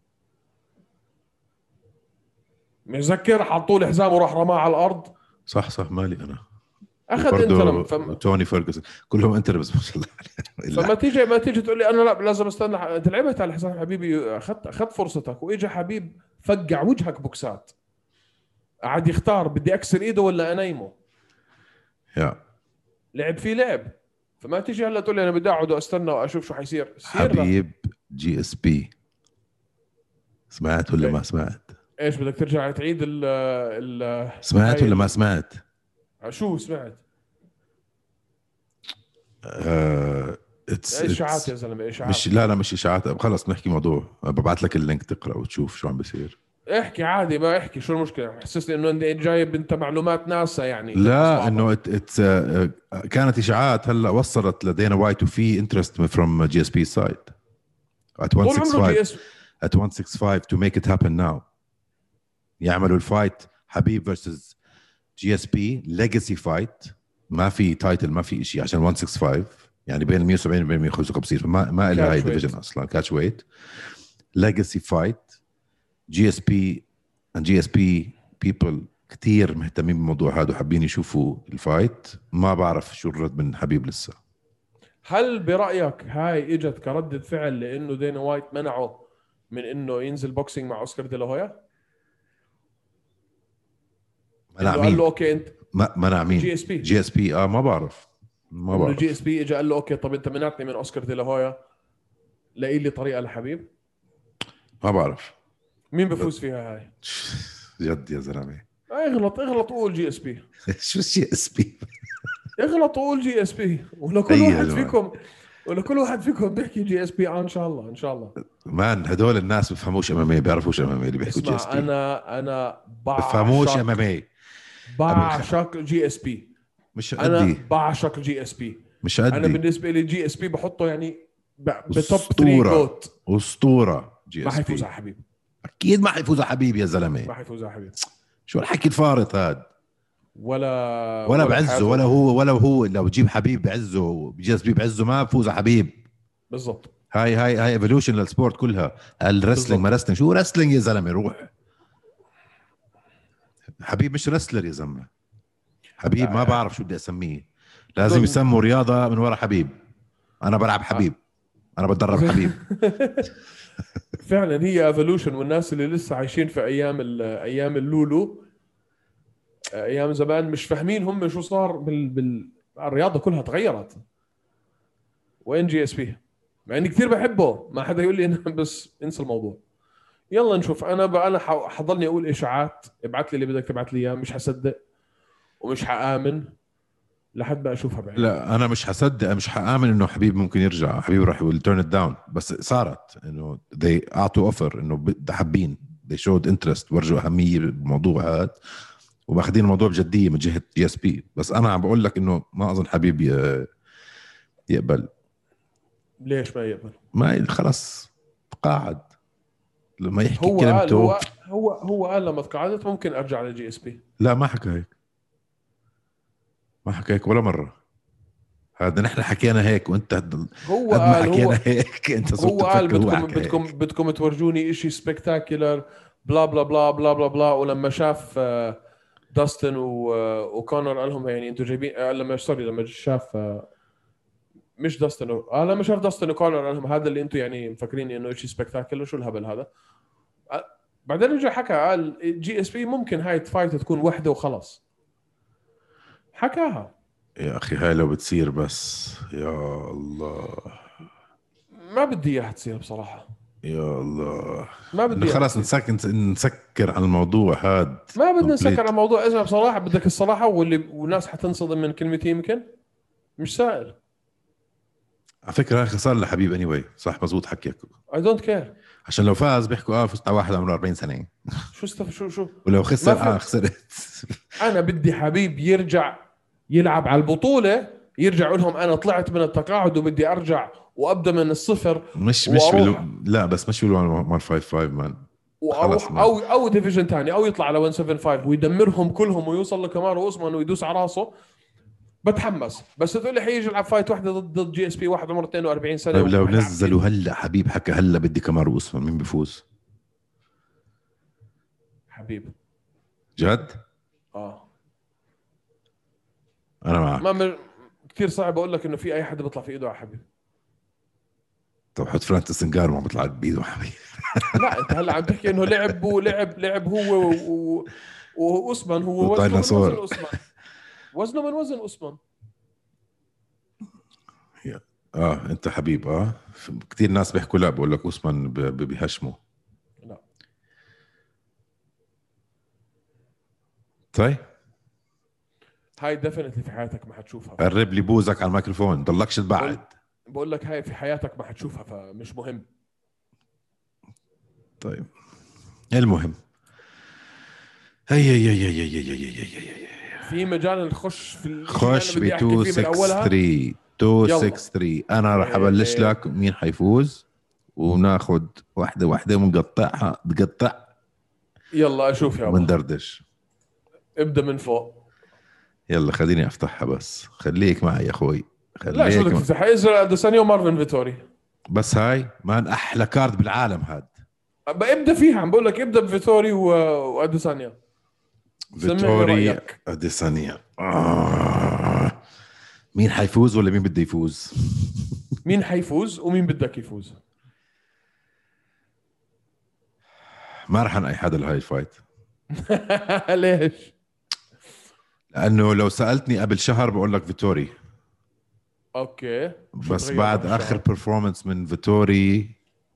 مذكر، حطوا له حزام وراح رماه على الارض. صح صح مالي انا. اخذ انترم. وبرضه فم... توني فيرجسون كلهم انترمز ما شاء الله فما عليهم. تيجي ما تيجي تقول لي انا لا لازم استنى. انت لعبت على حسام حبيبي، اخذت اخذت فرصتك واجى حبيب فقع وجهك بوكسات. قعد يختار بدي اكسر ايده ولا انيمه. يا لعب فيه لعب. فما تيجي هلا تقول لي انا بدي اقعد واستنى واشوف شو حيصير. سير له. حبيب جي اس بي. سمعت ولا ما سمعت؟ ايش بدك ترجع تعيد ال ال سمعت هاي ولا ما ال... سمعت؟ شو سمعت؟ آه... اتس اشاعات اتس يا زلمه، مش اشاعات. لا لا مش اشاعات. خلص نحكي موضوع ببعث لك اللينك تقرا وتشوف شو عم بيصير. احكي عادي، ما احكي شو المشكله. حسسني انه انت جايب انت معلومات ناسا يعني تفحص لا بعضها. انه ات ات كانت اشاعات هلا وصلت لدينا وايت وفي انترست فروم جي اس بي سايد at طول عمره مية وستة وخمسين جي اس. at مية وستة وستين to make it happen now. يعملوا الفايت حبيب versus جي اس بي legacy fight. ما في تايتل ما في شيء عشان مية وستة وخمسين يعني بين مية وسبعين وبين مية وخمسة وخمسين فما ما لها هاي ديفيجن اصلا. كاتش ويت legacy fight. جي اس بي and جي اس بي people كتير مهتمين بالموضوع هذا وحابين يشوفوا الفايت. ما بعرف شو الرد من حبيب لسه. هل برايك هاي اجت كردة فعل لانه دينا وايت منعه من انه ينزل بوكسينج مع اوسكار دي لا هويا؟ منع انه قال له مين؟ اوكي انت ما منع مين؟ جي اس بي. جي اس بي اه ما بعرف. ما انه جي بعرف اس بي اجى قال له اوكي طب انت منعتني من اوسكار دي لا هويا، لاقي لي طريقه لحبيب. ما بعرف. مين بفوز فيها هاي؟ جد يا زلمه. اغلط اغلط وقول جي اس بي. شو جي اس بي؟ اغلط وقول جي اس بي. ولكل اي يا واحد جماعه فيكم ولكل واحد فيكم بيحكي جي اس بي آه ان شاء الله ان شاء الله. مان هدول الناس بفهموش امامي بيعرفوش امامي اللي بيحكوا جي اس اسمع، بي. انا انا بفهموش بعشق امامي. بعشق جي اس بي. مش انا قدي. بعشق جي اس بي. مش انا قدي. بالنسبه لي جي اس بي بحطه يعني ب- بتوب ثلاثة اسطوره جوت. اسطوره جي ما اس حيفوز بي. على حبيب. اكيد ما حيفوز على حبيب يا زلمه. ما حيفوز على حبيب. شو الحكي الفارط هذا؟ ولا ولا بعزه بحياته. ولا هو ولا هو لو تجيب حبيب بعزه جي اس بي بعزه ما بفوز على حبيب. بالضبط. هاي هاي هاي ايفولوشن للسبورت كلها. الرسلينج ما رسلينج شو رسلينج يا زلمه روح. حبيب مش رسلر يا زلمه. حبيب ما بعرف شو بدي اسميه. لازم دول- يسموا رياضه من ورا حبيب. انا بلعب حبيب. انا بتدرب حبيب. فعلا هي ايفولوشن. والناس اللي لسه عايشين في ايام ال- ايام اللولو، ايام زمان، مش فاهمين هم شو صار بال, بال... الرياضه كلها تغيرت. وين جي اس بي؟ مع اني كثير بحبه، ما حدا يقول لي إنه بس انسى الموضوع. يلا نشوف. انا بقى انا ح- حضلني اقول اشاعات. ابعث لي اللي بدك تبعث لي اياه، مش حصدق ومش حآمن. لحد ما اشوفها بعيني. لا انا مش هصدق، مش هآمن انه حبيب ممكن يرجع. حبيب راح يقول turn it down، بس صارت انه they اعطوا اوفر انه ب- حابين they showed interest، ورجوا اهميه بالموضوع هذا وماخذين الموضوع بجديه من جهه جي اس بي. بس انا عم بقول لك انه ما اظن حبيب ي- يقبل. ليش ما يقبل؟ ما خلص تقاعد لما يحكي هو قال كلمته. هو هو هو قال لما تقاعدت ممكن ارجع للجي اس بي. لا ما حكى هيك، ما حكى هيك ولا مره. هذا نحن حكينا هيك وانت قد هو ما قال حكينا هو هيك انت صرت هو قال تفكر هو بدكم حكى بدكم هيك. بدكم تورجوني إشي سبكتاكولر بلا بلا بلا بلا بلا بلا. ولما شاف آه، داستن وكونر قال لهم يعني انتوا جايبين آه، لما سوري لما شاف آه، مش داستن و... آه لما شاف داستن وكونر قال لهم هذا اللي انتوا يعني مفكرين انه شيء سبكتاكولر، شو الهبل هذا؟ آه، بعدين رجع حكى قال جي اس بي ممكن هاي فايت تكون وحده وخلص. حكاها. يا اخي هاي لو بتصير بس يا الله، ما بدي اياها تصير بصراحه. يا الله، ما انه بدي اياها خلاص تصير. نسك... نسكر على الموضوع هاد ما بدنا نسكر على كومبليت. الموضوع. اسمع بصراحه بدك الصراحه، واللي والناس حتنصدم من كلمتي يمكن مش سائل. على فكره يا اخي صار لحبيب اني anyway. صح مزبوط حكيك. I don't care. عشان لو فاز بيحكوا اه فزت على واحد عمره أربعين سنه، شو استف شو شو ولو ما خسر في. اه خسرت. انا بدي حبيب يرجع يلعب على البطوله، يرجع لهم انا طلعت من التقاعد وبدي ارجع وابدا من الصفر مش مش واروح بال... لا بس مش بالوان مال خمسة خمسة مان. خلص واروح مان. او او ديفيجن ثاني او يطلع على مية وسبعة وسبعين ويدمرهم كلهم ويوصل لكمارو اوسمان ويدوس على راسه. بتحمس. بس تقول لي حيجي يلعب فايت واحده ضد ضد جي اس بي واحد عمره اثنين وأربعين سنه طيب لو واحنا نزلوا عارفين. هلا حبيب حكى هلا بدي كمارو اوسمان، مين بيفوز؟ حبيب. جد؟ اه انا معك. ما من... كثير صعب اقول لك انه في اي حد بيطلع في ايده على حبيب. طب حط فرانتس نجار ما بيطلع بايده حبيب. لا انت هلا عم تحكي انه لعب ولعب لعب هو و... واوسمان هو وزنه من وزن وديناصور. اوسمان. وزنه من وزن اوسمان. اه انت حبيب اه. كثير ناس بيحكوا لا، بقول لك اوسمان ب- ب- بيهشموا. لا طيب هاي ديفينتلي في حياتك ما حتشوفها. قرب لي بوزك على الميكروفون، ضلكش بقول تبعد. بقول لك هاي في حياتك ما حتشوفها فمش مهم. طيب المهم هي هي هي هي هي هي هي هي هي. في مجال نخش في الشيء اللي خش انا ب بدي احكي فيه من اولها. مئتين وستة وستين. انا راح ابلش إيه. لك مين حيفوز وناخد واحده واحده ونقطعها تقطع يلا اشوف يابا. وندردش. ابدا من فوق. يلا خليني افتحها بس، خليك معي يا اخوي. لا شو بدك خليك تفتح ازرق اديسانيا ومارفن فيتوري. بس هاي مان احلى كارد بالعالم هاد. ابدا فيها عم بقول لك ابدا بفيتوري و... واديسانيا. سمعني فيتوري رأيك. اديسانيا. آه. مين حيفوز ولا مين بده يفوز؟ مين حيفوز ومين بدك يفوز؟ ما راح انقي حدا لهاي الفايت. ليش؟ لانه لو سالتني قبل شهر بقول لك فيتوري. اوكي. بس بعد اخر بيرفورمانس من فيتوري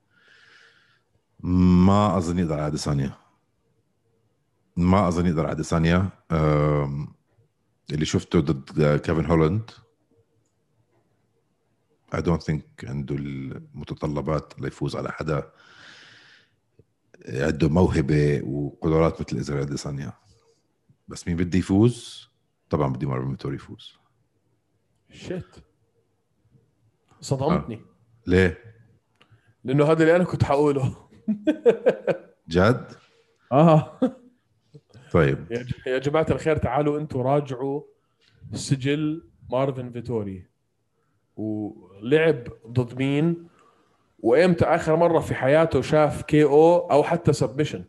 ما اظن يقدر على اديسانيا. ما اظن يقدر على اديسانيا. اللي شفته ضد كيفن هولاند I don't think عنده المتطلبات ليفوز على حدا عنده موهبة وقدرات مثل إزرائيل أديسانيا. بس مين بدي يفوز؟ طبعا بدي مارفن فيتوري يفوز. شيت صدمتني. آه. ليه؟ لأنه هذا اللي أنا كنت حقوله. جد؟ آه. طيب يا ج- يا جماعة الخير تعالوا أنتوا راجعوا سجل مارفن فيتوري ولعب ضد مين وإمتى آخر مرة في حياته شاف كي أو أو حتى سبمشن.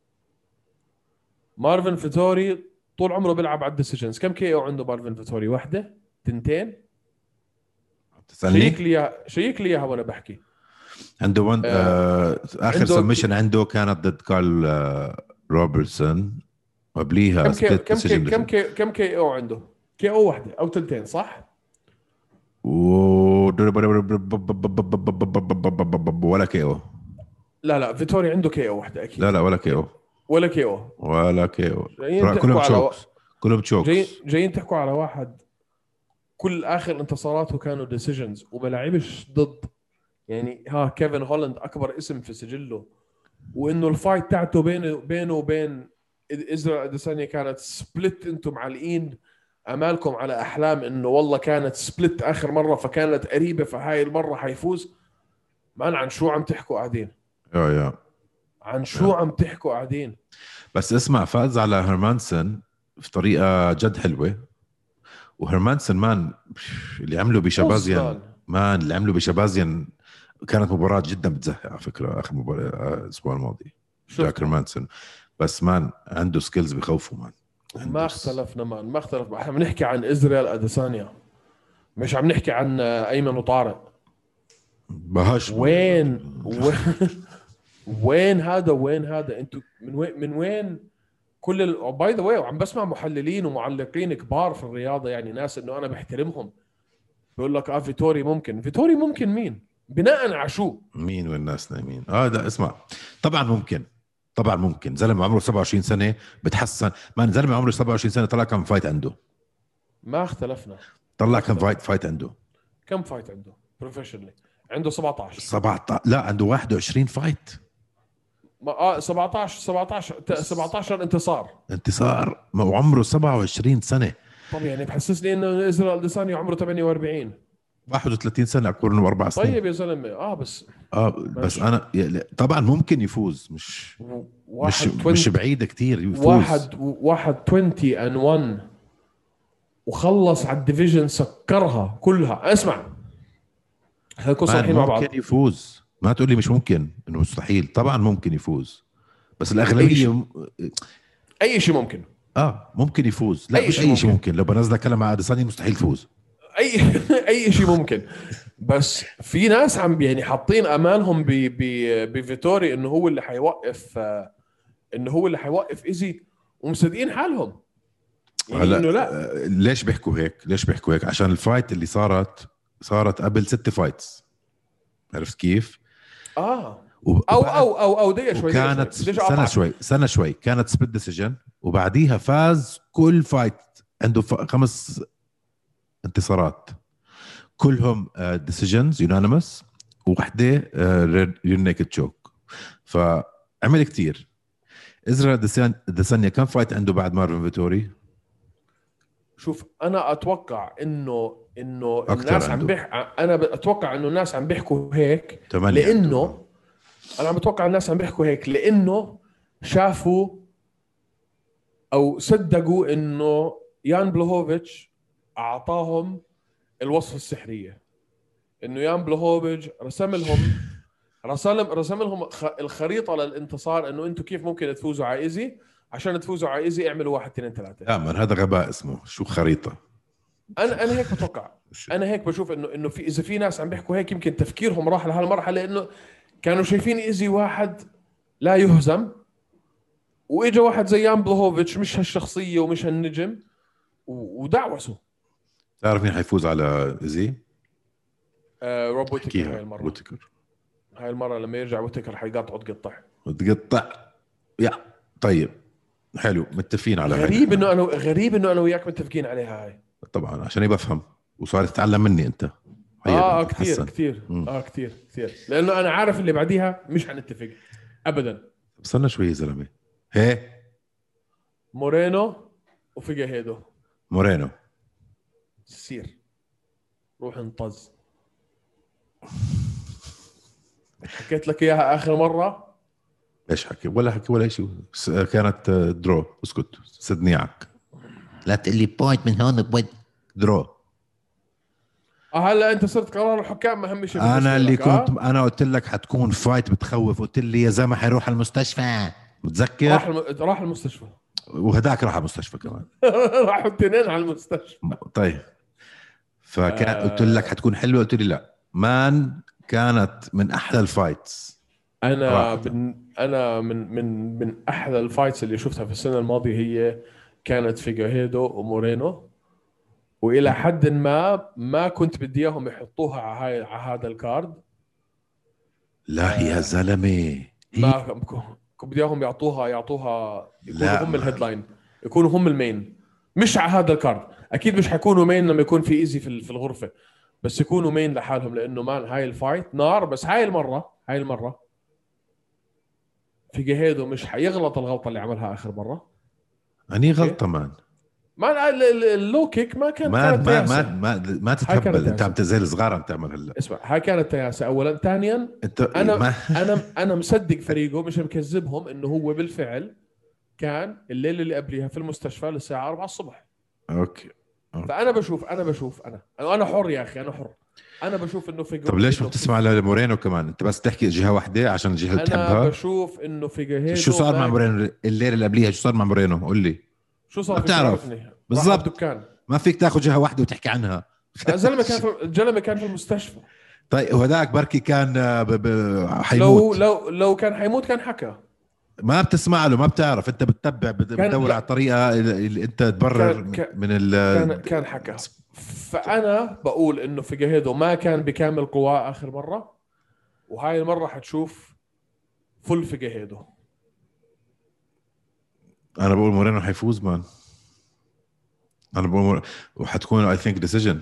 مارفن فيتوري طول عمره بيلعب على الديسيجنز. كم كي أو عنده مارفن فيتوري؟ واحدة؟ تنتين؟ تسألني؟ شيك لي إياها شيك لي إياها وأنا بحكي. عنده وان آه آخر عنده سبمشن عنده كانت ضد كارل آه روبرتسون قبليها كم كي سبليت كم كي ديسيجن. كم كي كم كي أو عنده؟ كي أو واحدة أو تنتين صح؟ و... ولا كي او. لا لا فيتوري عنده كي او واحدة أكيد. لا لا ولا كي او. ولا كي او. ولا كي او. جايين كلهم تحكوا على تشوكس. كلهم جاي تشوكس. جايين تحكوا على واحد كل اخر انتصاراته كانوا ديسيجنز وما لعبش ضد، يعني ها كيفن هولاند اكبر اسم في سجله، وانه الفايت تاعته بينه بينه وبين ازرائيل اديسانيا كانت سبلت، انتم معلقين امالكم على احلام انه والله كانت سبلت اخر مره فكانت قريبه فهاي المره حيفوز. مان عن شو عم تحكوا قاعدين؟ يا يا عن شو عم تحكوا قاعدين؟ بس اسمع، فاز على هيرمانسون في طريقه جد حلوه. وهيرمانسون مان اللي عمله بشبازيان، مان اللي عمله بشبازيان كانت مباراة جدا بتزهق على فكرة. آخر مباراة الأسبوع الماضي جاك هيرمانسون، بس مان عنده سكيلز بخوفه مان. ما اختلفنا مان، ما اختلف. احنا بنحكي عن إزرائيل أديسانيا، مش عم نحكي عن أيمن وطارق. بهاش وين وين, وين هذا وين هذا انتوا من وين من وين كل ال... باي ذا واي وعم بسمع محللين ومعلقين كبار في الرياضه، يعني ناس انه انا بحترمهم، بيقول لك اه فيتوري ممكن. فيتوري ممكن مين؟ بناء على شو؟ مين والناس نايمين؟ اه ده اسمع، طبعا ممكن، طبعا ممكن. زلمه عمره سبعة وعشرين سنه بتحسن. ما زلمه عمره سبعة وعشرين سنه طلع كم فايت عنده؟ ما اختلفنا. طلع ما كم اختلفنا. فايت فايت عنده؟ كم فايت عنده بروفيشنالي؟ عنده سبعطعش. سبعة لا عنده واحد وعشرين فايت. ما اه سبعطعش سبعطعش سبعطعش انتصار. انتصار وعمره سبعة وعشرين سنه. طب يعني بحسسني انه إزرائيل أديسانيا عمره ثمانية وأربعين. واحد وثلاثين سنه، اكبر منه باربع سنين. طيب يا زلمه اه بس اه بس انا طبعا ممكن يفوز، مش مش مش بعيد كتير يفوز. واحد واحد عشرين and واحد وخلص على الديفيجن، سكرها كلها. اسمع خلينا نكون صريحين مع بعض، ممكن يفوز. ما تقول لي مش ممكن انه مستحيل، طبعا ممكن يفوز، بس الاغلبيه م... اي شيء ممكن. اه ممكن يفوز. لا أي مش شيء اي ممكن. شيء ممكن. لو بنزل كلمه اديسانيا مستحيل تفوز. اي اي شيء ممكن. بس في ناس عم يعني حاطين امالهم ب ب بفيتوري انه هو اللي حيوقف، انه هو اللي حيوقف ايزي، ومصدقين حالهم يعني هلا انه لا. ليش بيحكوا هيك؟ ليش بيحكوا هيك؟ عشان الفايت اللي صارت صارت قبل ست فايتس. عرفت كيف؟ اه او او او او دقيقه شوي. كانت سنه شوي سنه شوي كانت سبيد ديسيجن، وبعديها فاز كل فايت. عنده خمس انتصارات كلهم ديسيجنز يونانيمس، وحده رير نيكد تشوك. فعمل كتير. إزرائيل أديسانيا كم فايت عنده بعد مارفن فيتوري؟ شوف انا اتوقع انه انه الناس عم بيح انا اتوقع انه الناس عم بيحكوا هيك لانه عنده. انا عم بتوقع الناس عم بيحكوا هيك لانه شافوا او صدقوا انه يان بلوهوفيتش اعطاهم الوصفه السحريه، انه يان بلوهوفيتش رسم لهم رسم رسم لهم الخريطه للانتصار، انه انتم كيف ممكن تفوزوا على ايزي. عشان تفوزوا على ايزي اعملوا واحد اثنين ثلاثه. لا من هذا غباء اسمه شو خريطه. انا انا هيك بتوقع. انا هيك بشوف انه انه في اذا في ناس عم بيحكوا هيك يمكن تفكيرهم راح لهالمرحله، لانه كانوا شايفين ايزي واحد لا يهزم، واجا واحد زي يان بلوهوفيتش مش هالشخصيه ومش هالنجم ودعوسه. تعرف مين حيفوز على ايزي؟ آه روب ويتكر. هاي المره ويتكر. هاي المره لما يرجع ويتكر حيقاطعه تقطع وتقطع. يا طيب حلو، متفقين على غريب انه انا غريب انه انا وياك متفقين عليها هاي. طبعا عشان بفهم وصار تتعلم مني انت. اه كثير كثير اه كثير كثير لانه انا عارف اللي بعديها مش حنتفق ابدا. بستنى شوي يا زلمه. هي مورينو وفيجاهيدو. مورينو سير روح انطز. حكيت لك اياها اخر مره. ليش حكي ولا حكي ولا شيء؟ كانت درو. اسكت سدنيعك، لا تقول لي بوينت من هون بوينت درو. هلا انت صرت قرار الحكام اهم شيء. انا اللي كنت آه؟ انا قلت لك حتكون فايت بتخوف، قلت لي يا زلمه حيروح المستشفى. متذكر؟ راح الم... راح المستشفى وهداك راح على المستشفى كمان. راحوا الاثنين على المستشفى. طيب فكان آه... قلت لك حتكون حلوه، قلت لي لا مان كانت من احلى الفايتس. انا من انا من من من احلى الفايتس اللي شفتها في السنه الماضيه هي كانت فيجاهيدو ومورينو، والى حد ما ما كنت بدي اياهم يحطوها على هاي على هذا الكارد. لا يا زلمه ما كنت بدي اياهم يعطوها يعطوها يكونوا هم الهيدلاين، يكونوا هم المين. مش على هذا الكارد. اكيد مش حيكونوا مين لما يكون في ايزي في في الغرفه، بس يكونوا مين لحالهم، لانه مان هاي الفايت نار. بس هاي المره هاي المره فيجيهيدو مش حيغلط الغلطه اللي عملها اخر مره. اني غلطه مان. ما اللو كيك ما كان ما كانت ما ما تياسة. ما, ما تتهبل، انت عم تياسة. تزيل صغار عم تعمل هلا. اسمع، هاي كانت تياسة اولا. ثانيا انت انا ما انا انا مصدق فريقه، مش مكذبهم، انه هو بالفعل كان الليله اللي قبلها في المستشفى للساعه أربعة الصبح. اوكي, أوكي. فانا بشوف انا بشوف انا انا حر يا اخي، انا حر. انا بشوف انه في طب ليش ما بتسمع لمورينو كمان؟ انت بس تحكي جهه واحده عشان الجهه اللي انا بتحبها. بشوف انه فيجيهيدو شو صار مع ما... مورينو الليله اللي قبليها؟ شو صار مع مورينو؟ قول لي. شو صار؟ ما فيك بتعرف تعرفني؟ راح بالضبط. الدكان. ما فيك تاخذ جهه واحده وتحكي عنها. الزلمه كان في الزلمه كان في المستشفى. طيب وهداك بركي كان ب... ب... لو حيموت. لو لو كان حيموت كان حكى. ما بتسمع له، ما بتعرف، انت بتتبع بتدور على الطريقه اللي انت تبرر كان كان من ال كان, كان حكى. فانا بقول انه فيجيهيدو ما كان بكامل قواه اخر مره، وهاي المره حتشوف فل فيجيهيدو. انا بقول مورينو حيفوز مان. انا بقول مور... وحتكون اي ثينك ديسيجن.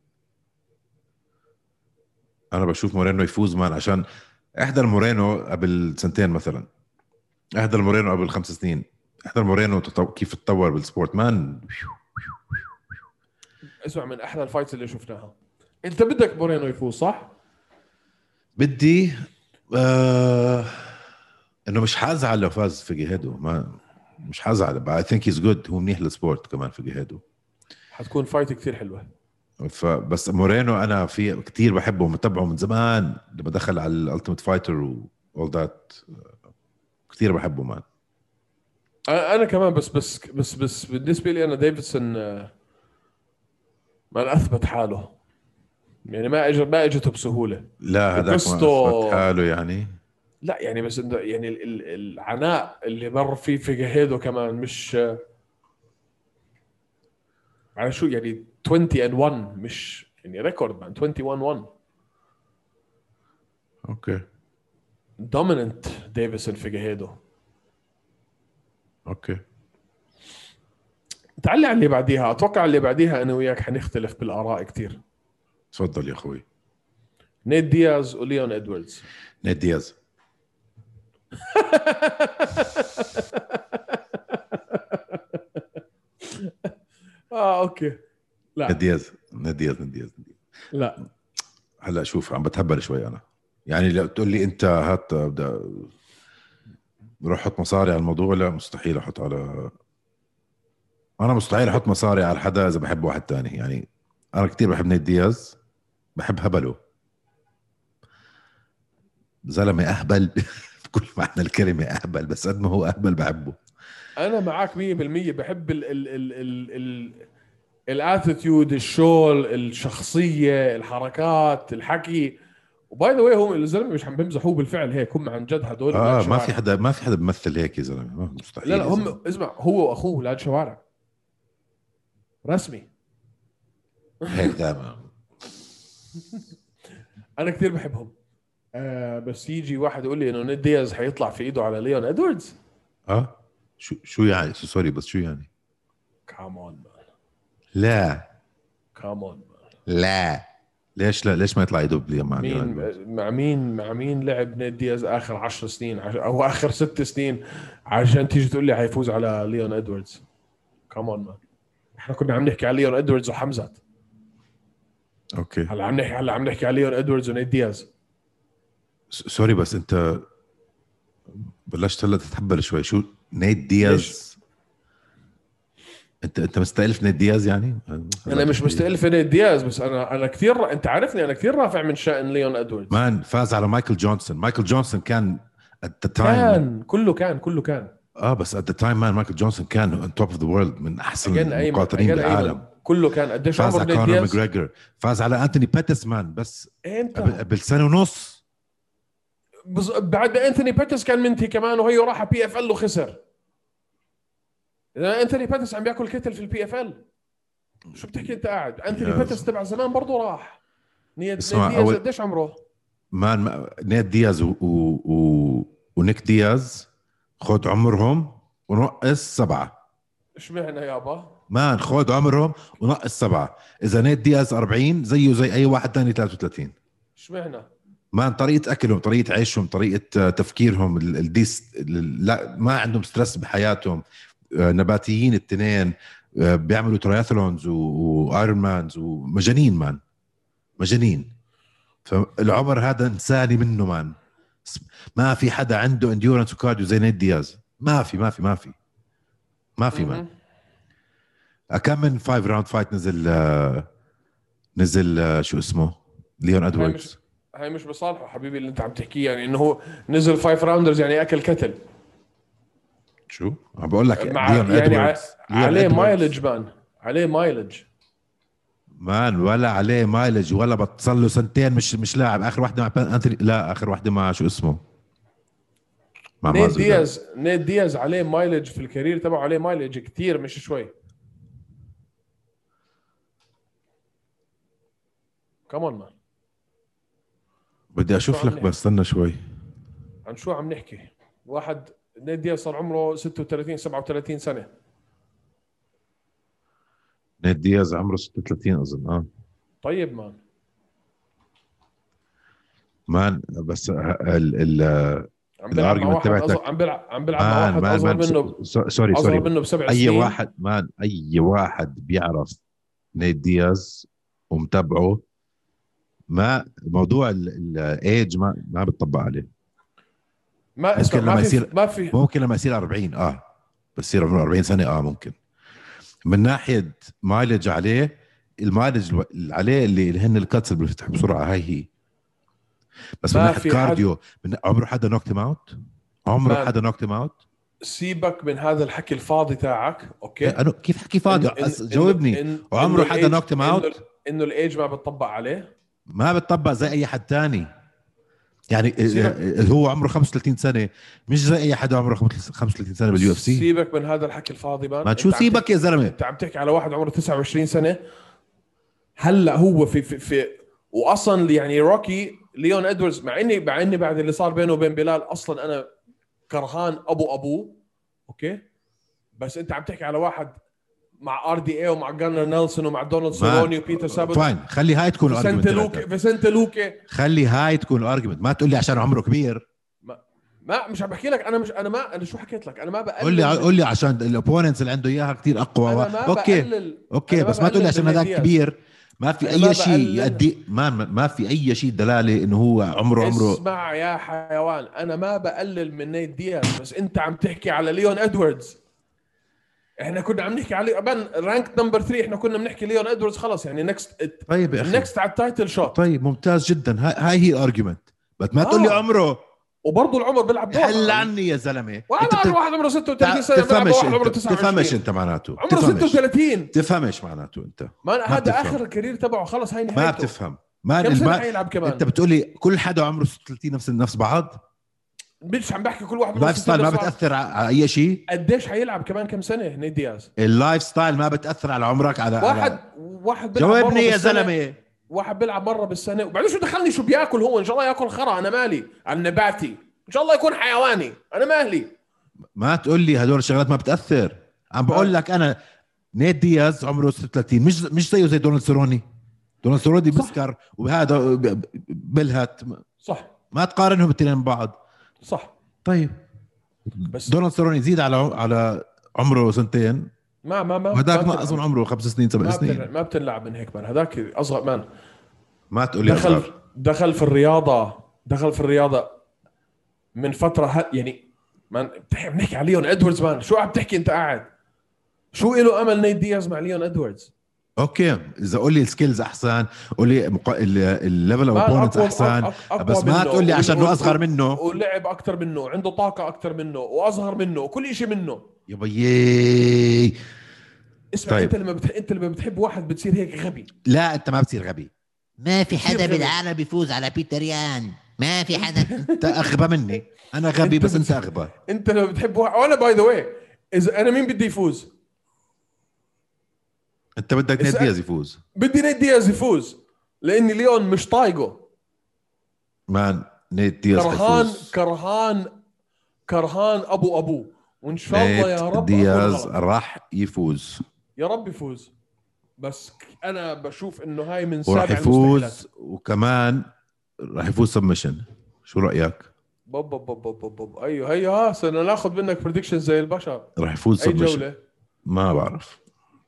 انا بشوف مورينو يفوز مان، عشان احضر مورينو قبل سنتين مثلا، احضر مورينو قبل خمس سنين، احضر مورينو تطو... كيف تطور بالسبورت مان. اسمع، من احلى الفايتس اللي شفناها. انت بدك مورينو يفوز صح؟ بدي آه... انه مش حازعل لو فاز فيجيهيدو، ما مش حازعل. اي ثينك هيز جود، هو منيح للسبورت كمان فيجيهيدو. حتكون فايت كتير حلوه. فبس مورينو انا في كتير بحبه ومتابعه من زمان لما دخل على الالتيميت فايتر واول ذات. كتير بحبه مان. انا كمان. بس بس بس بس بالنسبه لي انا ديفيدسون ما اثبت حاله. يعني ما اجى ما اجته بسهوله. لا هذاك ما اثبت حاله يعني. لا يعني بس يعني ال- ال- العناء اللي مر فيه فيجيهيدو كمان مش على شو يعني عشرين and واحد، مش يعني ريكورد مان واحد وعشرين واحد. اوكي دوميننت ديفيسون فيجيهيدو. اوكي تعالي على اللي بعديها. اتوقع اللي بعديها انا وياك حنختلف بالاراء كتير. تفضل يا اخوي. نيت دياز وليون ادواردز. نيت دياز. اه اوكي. لا نيت دياز نيت دياز نيت دياز. لا هلا شوف عم بتهبل شوي انا. يعني لو تقول لي انت هات بدي بروح احط مصاري على الموضوع، لا مستحيل احط على انا مستحيل احط مصاري على حدا اذا بحب واحد تاني. يعني انا كتير بحب نيت دياز، بحب هبله. زلمه اهبل بكل معنى الكلمه اهبل، بس قد ما هو اهبل بحبه. انا معك مية بالمية. بحب ال ال ال ال ال الاتيتيود، الشول، الشخصيه، الحركات، الحكي. وباي ذا واي هو الزلمه مش عم بمزح، هو بالفعل هيك. هم عن جد هدول اه ما في حدا ما في حدا بمثل هيك يا زلمه، مستحيل. لا لا هم اسمع، هو واخوه اولاد شوارع رسمي هيك دائما. انا كثير بحبهم. آه بس يجي واحد يقول لي انه نيت دياز حيطلع في ايده على ليون ادواردز. اه شو شو يعني؟ سوري بس شو يعني؟ كامون مان. لا كامون لا ليش لا ليش ما يطلع يدوب لي مع مين مع مين مع مين لعب نيت دياز اخر عشر سنين عش... او اخر ست سنين عشان تيجي تقول لي حيفوز على ليون ادواردز؟ كامون مان. احنا كنا عم نحكي على ليون ادواردز وحمزات. اوكي هلا عم نحكي هلا عم نحكي على ليون ادواردز ونيت دياز. سوري بس انت بلشت هلا تتهبل شوي. شو نيت دياز؟ ليش؟ انت انت مستألف نيت دياز يعني؟ انا مش مستألف نيت دياز، بس انا انا كثير، انت عارفني انا كثير رافع من شأن ليون ادواردز. مان فاز على مايكل جونسون. مايكل جونسون كان at the time كان كله كان كله كان اه بس at the time مان مايكل جونسون كان on top of the world، من احسن المقاتلين بالعالم. كله كان. قديش عمر نيت دياز؟ دياز؟ ماجريجر فاز على انتوني بيتس مان بس امتى؟ قبل سنه ونص. بز... بعد انثوني بيتس كان منتهي كمان، وهي راح بي اف ال وخسر. انثوني بيتس عم بياكل كتل في البي اف ال. شو بتحكي انت قاعد؟ انثوني بيتس تبع زمان برضه راح. نيت دياز أول... قديش عمره؟ مان نيت دياز و... و... و... ونيك دياز خد عمرهم ونقص سبعة. اشمعنى يابا؟ مان خذ عمرهم ونقص سبعة. إذا نيت دياز أربعين زيه زي أي واحد تاني ثلاثة وثلاثين. اشمعنى؟ مان طريقة أكلهم، طريقة عيشهم، طريقة تفكيرهم، الديس، لا ما عندهم ستريس بحياتهم، نباتيين التنين، بيعملوا ترياثلونز وآيرون مانز ومجانين مان مجانين. فالعمر هذا إنساني منه مان. ما في حدا عنده انديورنس وكارديو زي نيت دياز. ما في ما في ما في ما في مان. كم من فايف راوند فايت نزل آه نزل آه شو اسمه ليون ادواردز. هاي مش بصالحه حبيبي اللي انت عم تحكيه، يعني انه هو نزل فايف راوندرز يعني اكل كتل. شو عم بقول لك مع ليون يعني ادواردز عليه مايلج مان، عليه مايلج مان ولا عليه مايلج ولا بتصل له سنتين مش مش لاعب. اخر واحده مع انثوني، لا اخر واحده مع شو اسمه مع نيت دياز. نيت دياز عليه مايلج في الكارير تبعه، عليه مايلج كتير مش شوي. كمان مان بدي اشوف لك بس استنى شوي. عن شو عم نحكي؟ واحد نيت دياز صار عمره ستة وثلاثين سبعة وثلاثين سنه. نيت دياز عمره ستة وثلاثين اظن. اه طيب مان مان بس ال ال عم بيلعب مع واحد أصغر، عم بيلعب عم بيلعب مع واحد مان اصغر مان منه سوري اصغر سوري منه بسبع اي سنين. واحد مان اي واحد بيعرف نيت دياز ومتابعه، ما موضوع الايج ما ما بتطبق عليه. ما اسمع ما في يصير ما في ممكن لما يصير أربعين اه بس يصير عمره أربعين سنه اه ممكن. من ناحيه مايلج عليه، المايلج اللي عليه اللي هن الكاتس اللي بيفتح بسرعه هاي هي. بس من ناحيه كارديو حد... من عمره حدا نوكت اوت؟ عمره حدا نوكت اوت؟ سيبك من هذا الحكي الفاضي تاعك. اوكي انا كيف حكي فاضي؟ إن جاوبني. إن وعمره حدا نوكت اوت؟ انه الايج ما بتطبق عليه، ما بتطبق زي اي حد تاني. يعني هو عمره خمسة وثلاثين سنه مش زي اي حدا عمره خمسة وثلاثين سنه باليو اف سي. سيبك من هذا الحكي الفاضي مان. ما شو سيبك يا زلمه؟ انت عم تحكي على واحد عمره تسعة وعشرين سنه. هلا هو في في, في واصلا يعني روكي ليون ادواردز، مع اني مع اني بعد اللي صار بينه وبين بلال اصلا انا كرهان ابو ابوه. اوكي بس انت عم تحكي على واحد مع ار دي اي ومع جانر نيلسون ومع دونالد سيروني وبيتر سابوت. فاين خلي هاي تكون الارجيومنت. فيسنت لوكي خلي هاي تكون الارجيومنت. ما تقول لي عشان عمره كبير. ما, ما مش عم بحكي لك انا مش انا ما انا شو حكيت لك؟ انا ما بقلل. قول لي قول لي عشان الاوبوننتس اللي عنده اياها كثير اقوى. أنا ما اوكي بقلل. اوكي بس ما تقول لي عشان هذاك كبير. ما في اي شيء يؤدي ما ما في اي شيء دلاله انه هو عمره عمره. اسمع يا حيوان، انا ما بقلل من نيت دياز، بس انت عم تحكي على ليون ادواردز. احنا كنا عم نحكي عليه بان رانك نمبر ثلاثة، احنا كنا بنحكي ليون ادواردز خلص يعني نكست. طيب يا اخي نكست على التايتل شوت. طيب ممتاز جدا. هاي, هاي هي الارجيومنت. بس ما آه. تقول لي عمره. وبرضه العمر بيلعب دور. حل عني يا زلمه. وانا بت... واحد عمره ستة وثلاثين سنه بيلعب واحد عمره تسعة وعشرين. تفهمش انت معناته. عمره ستة وثلاثين. تفهمش معناته انت. ما هذا اخر الكارير تبعه خلص. هاي نهايته. ما بتفهم. ما كم سنه حيلعب كمان؟ انت بتقولي كل حدا عمره ستة وثلاثين نفس نفس بعض. مش عم بحكي كل واحد. اللايف ستايل ما بتاثر على اي شيء. قديش حيلعب كمان كم سنه نيت دياز؟ اللايف ستايل ما بتاثر على عمرك. على واحد على... واحد بيلعب جاوبني يا زلمه. واحد بيلعب مره بالسنه وبعدين شو دخلني شو بياكل هو؟ ان شاء الله ياكل خرا، انا مالي. عن نباتي ان شاء الله يكون حيواني، انا مالي. ما تقول لي هدول الشغلات ما بتاثر. عم بقول لك انا نيت دياز عمره ستة وثلاثين مش مش زيه زي دونالد سيروني. دونالد سيروني بسكر وهذا بلهت. صح. ما تقارنهم الاثنين ببعض. صح. طيب بس دونالد سيروني يزيد على على عمره سنتين. ما ما ما وهذاك ما اظن عمره خمس سنين سبع سنين. ما بتلعب من هيك مان. هذاك اصغر مان. ما تقول لي دخل أصغر. دخل في الرياضه دخل في الرياضه من فتره ه... يعني مان بنحكي على ليون ادواردز مان. شو عم تحكي انت قاعد؟ شو له امل نيت دياز مع ليون ادواردز؟ اوكي اذا قول لي السكيلز احسن، قول لي مق... الليفل اوف اوبوننتس احسن، بس ما تقول لي عشان انه اصغر منه ولعب اكثر منه، عنده طاقه اكثر منه، واصغر منه، وكل شيء منه. يا بيي اسمع. طيب. انت لما بتح... انت لما بتحب واحد بتصير هيك غبي. لا انت ما بتصير غبي. ما في حدا بالعالم بيفوز على بيتر يان. ما في حدا. انت اغبى مني. انا غبي بس انت اغبى. انت لما بتحب واحد، وانا باي ذا واي اذا انا مين بدي يفوز؟ انت بدك نيت دياز يفوز. بدي نيت دياز يفوز لاني ليون مش طايقه. مان نيت دياز كرهان كرهان كرهان ابو ابوه. وان شاء الله يا رب دياز راح يفوز. يا رب يفوز، بس انا بشوف انه هاي من وراح سابع المستحيلات. يفوز وكمان راح يفوز سبمشن. شو رايك؟ بوب بوب بوب بوب بوب. ايوه هي ها سنة ناخذ منك بريدكشن زي البشر. راح يفوز اي سبمشن. جولة؟ ما بعرف،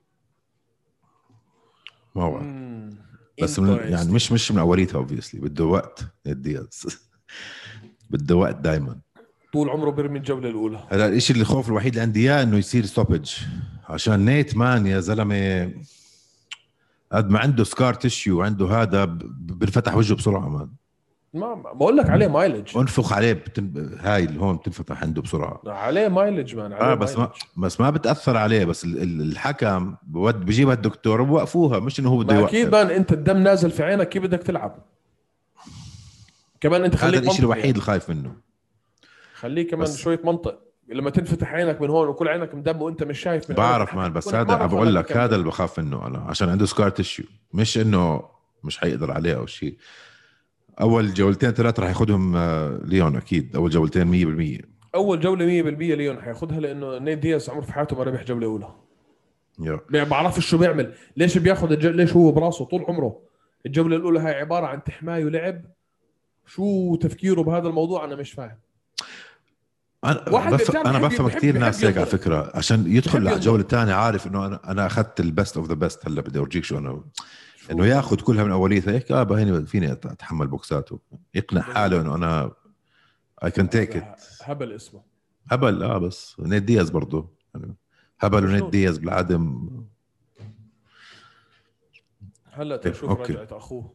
ما بعرف. بس من يعني مش مش من اوليتها اوبسلي، بده وقت دياز. بده وقت دائما. طول عمره بيرمي الجولة الأولى. هذا الشيء اللي خوف الوحيد اللي عندي اياه انه يصير ستوبج، عشان نيت مان يا زلمه قد ما عنده سكار تيشيو وعنده هذا بنفتح وجهه بسرعه مان. ما بقول لك عليه مايلج، انفخ عليه بتن... هاي اللي هون بتنفتح عنده بسرعه. عليه مايلج مان، عليه اه بس مايلج. ما بس ما بتاثر عليه، بس ال- ال- الحكم بود بجيبها الدكتور وبوقفوها، مش انه هو بده ما يوقف. اكيد مان، انت الدم نازل في عينك كيف بدك تلعب كمان؟ انت هذا خليك الشيء منطقي الوحيد يعني. اللي خايف منه. خليه كمان بس شويه منطق. لما تنفتح عينك من هون وكل عينك مدم وانت مش شايف من بعرف مان، بس هذا بقول لك هذا اللي بخاف منه انا، عشان عنده سكار تيشيو، مش انه مش حيقدر عليه او شيء. اول جولتين ثلاثه راح ياخذهم آه، ليون اكيد، اول جولتين مية بالمية. اول جوله مية بالمية ليون حياخدها، لانه نيت دياز عمره في حياته ما ربح جوله اولى. يا ما بعرفش شو بيعمل، ليش بياخذ الج... ليش هو براسه طول عمره الجوله الاولى هاي عباره عن تحماي ولعب. شو تفكيره بهذا الموضوع انا مش فاهم. انا واحد بف... بيرجع انا بحب- بفهم بحب- كثير بحب ناس هيك على ينضرب. فكره، عشان يدخل بحب على الجوله ينضرب. الثانيه عارف انه انا انا اخذت البست اوف ذا بست. هلا بدي اورجيك شو انا، شو انه ياخذ كلها من اوليتها هيك. اه بهيني فيني اتحمل بوكساته، يقنع حاله انه انا اي كان تيك هذا ات. هبل اسمه. هبل. اه بس نيت دياز برضه يعني هبل، ونيت مجنون. دياز بالعدم. هلا تشوف أوكي. رجعت اخوه.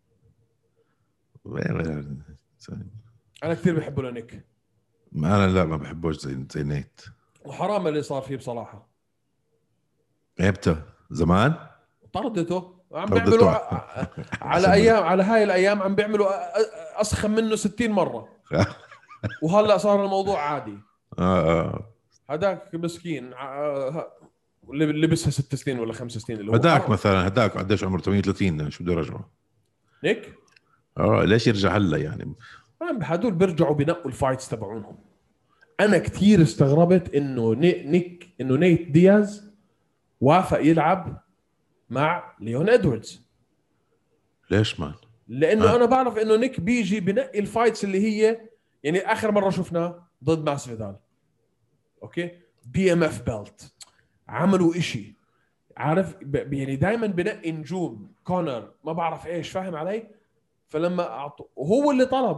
انا انا كثير بحبه لنيك، لا ما بحبوش زي زي نيت. وحرام اللي صار فيه بصراحه. امتى؟ زمان طردته. عم طردته. بيعملوا ع- على ايام، على هاي الايام عم بيعملوا أ- أ- اسخن منه ستين مره، وهلا صار الموضوع عادي. اه اه هذاك مسكين ع- ه- اللي لبسها ست سنين ولا خمس سنين اللي هو هداك حرام. مثلا، هداك قديش عمره؟ ثمانية وثلاثين. شو بده يرجعه؟ نيك اه ليش يرجع هلا يعني؟ هدول بيرجعوا بنقوا الفايتس تبعونهم. انا كثير استغربت انه ني- نيك انه نيت دياز وافق يلعب مع ليون ادواردز، ليش مان؟ لانه آه. انا بعرف انه نيك بيجي بنقي الفايتس اللي هي يعني اخر مره شفناه ضد ماسفيدال، اوكي بي ام اف بيلت، عملوا اشي عارف ب- يعني دائما بنقي نجوم كونر ما بعرف ايش، فاهم علي؟ فلما اعطوا هو اللي طلب،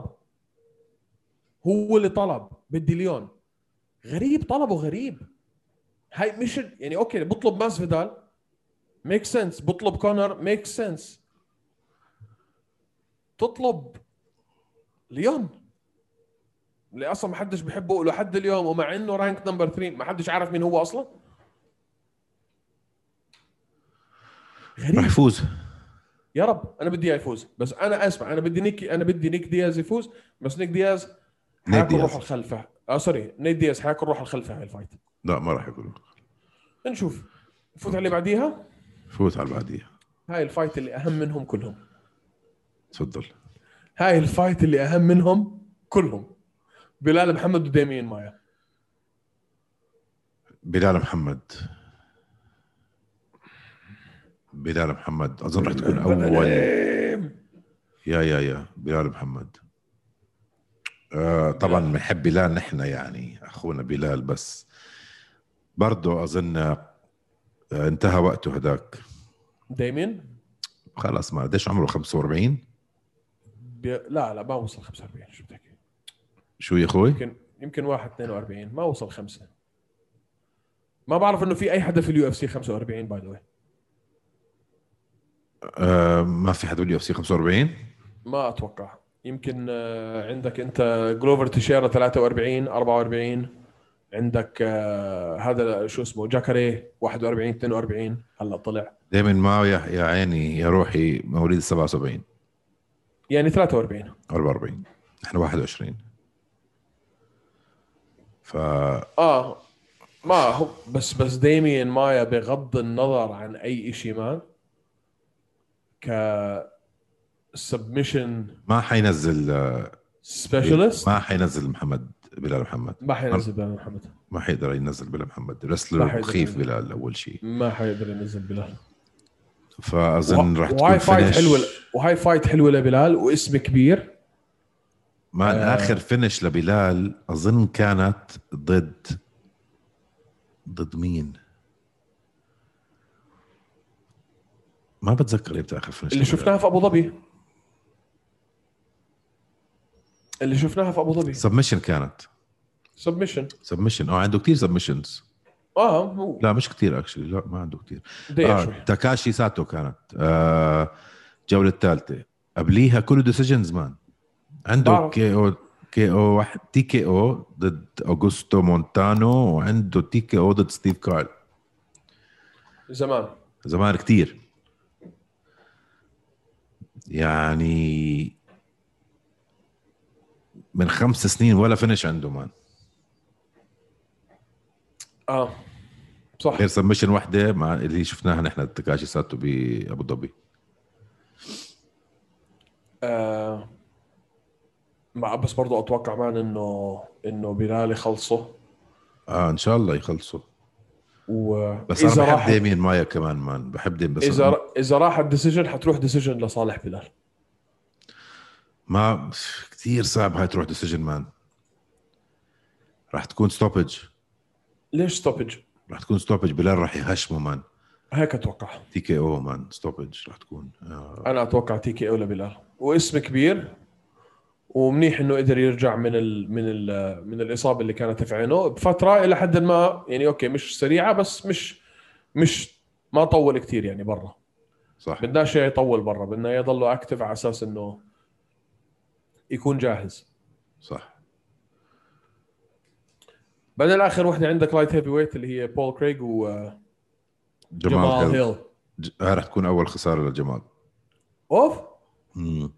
هو اللي طلب بدي ليون. غريب طلبه غريب. هاي مش يعني اوكي بطلب ماسفيدال ميك سنس، بطلب كونر ميك سنس، تطلب ليون اللي اصلا ما حدش بيحبه لحد اليوم، ومع انه رانك نمبر ثلاثة ما حدش عارف مين هو اصلا. راح غريب. يفوز. يا رب انا بدي اياه يفوز، بس انا اسمع انا بدي نيك انا بدي نيك دياز يفوز، بس نيك دياز نيت حياكل دياز. روح الخلفه. اه سوري نيت دياز حياكل روح الخلفه هاي الفايت. لا ما راح يقول. نشوف نفوت على اللي بعديها. فوت على بعديها. هاي الفايت اللي اهم منهم كلهم. تفضل. هاي الفايت اللي اهم منهم كلهم. بلال محمد وديمين مايا. بلال محمد. بلال محمد اظن راح تكون اول. يا يا يا بلال محمد. آه طبعا بنحب بلال نحن يعني اخونا بلال، بس برضه اظن آه انتهى وقته هداك. ديمين خلاص ما قديش عمره؟ خمسة وأربعين. بي... لا لا ما وصل خمسة وأربعين. شو بتحكي؟ شو يا اخوي؟ يمكن يمكن واحد اثنين وأربعين، ما وصل خمسة. ما بعرف انه في اي حدا في اليو اف سي خمسة وأربعين باي ذا واي. آه ما في حدا باليو اف سي خمسة وأربعين. ما اتوقع. يمكن آه، عندك انت جلوفر تشيرا ثلاثة وأربعين أربعة وأربعين، عندك آه، هذا شو اسمه جاكاري واحد وأربعين اثنين وأربعين هلا طلع. دائما معه يا يا عيني يا روحي مواليد سبعة وسبعين يعني ثلاثة وأربعين أربعة وأربعين. احنا واحد وعشرين. ف اه ما هو بس بس ديمين مايا بغض النظر عن اي شيء ما ك سبمشن ما حينزل آه، سبيشالست. ما حينزل محمد بلال محمد ما حينزل بلال محمد، ما حيقدر ينزل بلال محمد، ما رسلر حيقدر مخيف ينزل. بلال اول شيء. ما حيقدر ينزل بلال. فاظن راح تكون وهاي فايت حلوه، فينش. وهاي فايت حلوه لبلال واسم كبير. مان آه. اخر فينش لبلال اظن كانت ضد ضد مين؟ ما بتذكر امتى اخر فينش اللي لبلال. شفناها في ابو ظبي، اللي شفناها في ابو ظبي سبمشن كانت سبمشن. سبمشن اه عنده كتير سبمشنز. اه هو لا مش كتير اكشلي، لا ما عنده كتير. ضيق اه شوي. تاكاشي ساتو كانت آه جولة الثالثة، قبليها كله ديسيجنز مان. عنده بعرف. كي او كي او واحد تي كي او ضد اوغوستو مونتانو، وعنده تي كي او ضد ستيف كارل زمان زمان كتير يعني، من خمس سنين ولا فينش عنده مان، اه صح. غير سبمشن واحدة مع اللي شفناها نحن تاكاشي ساتو بأبو ظبي. آه. مع بس برضو اتوقع مان انه انه بلال يخلصه. اه ان شاء الله يخلصوا. بس انا واذا بحب راحت ديمين مايا كمان مان، بحب ديمين. بس اذا اذا راحت ديسيجن حتروح ديسيجن لصالح بلال. ما كتير صعب هاي تروح ديسيجن مان، راح تكون ستوبج. ليش ستوبج؟ راح تكون ستوبج، بلال راح يهشمه مان. هيك اتوقع. تي كي او مان ستوبج راح تكون آه. انا اتوقع تي كي او لبلال، واسم كبير ومنيح انه قدر يرجع من ال من ال من الاصابه اللي كانت في عينه بفتره الى حد ما، يعني اوكي مش سريعه بس مش مش ما طول كتير يعني برا. صح بدناش يطول برا، بدنا يضله اكتف على اساس انه يكون جاهز. صح. بعدين اخر وحده عندك لايت هيفي ويت اللي هي بول كريغ وجمال جمال هيل, هيل. ج... هاي راح تكون اول خساره لجمال. اوف امم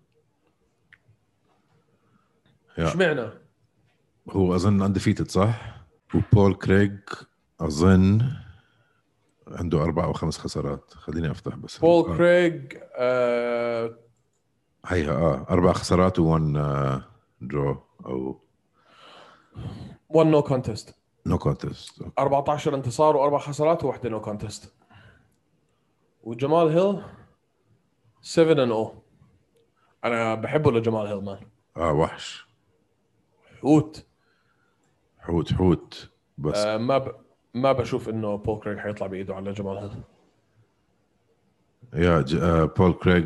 اشمعنى؟ هو اظن اندفيتد صح، وبول كريغ اظن عنده اربع او خمس خسارات. خليني افتح بس بول آه. كريغ آه هيها اه اربع خسارات وون آه درو او one نو كونتست. نو كونتست. أربعة عشر انتصار واربع خسارات وواحده نو كونتست. وجمال هيل سبعة and oh. انا بحبه لجمال هيل مان. اه وحش، حوت حوت حوت بس آه ما ب... ما بشوف انه بول كريغ حيطلع بايده على جمال هيل. يا ج... آه بول كريغ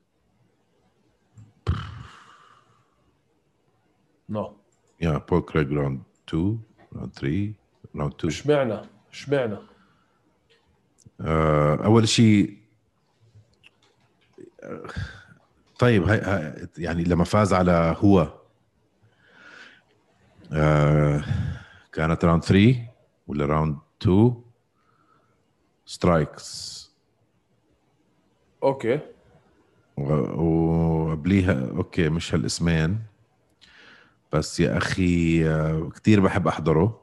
نو no. يا بول كريغ راوند اثنين راوند ثلاثة راوند اثنين. اشمعنى اشمعنى آه اول شيء آه طيب هاي, هاي يعني لما فاز على هو آه كانت راوند ثلاثة ولا راوند اثنين سترايكس. اوكي وقبليها اوكي مش هالاسمين، بس يا اخي آه كتير بحب احضره،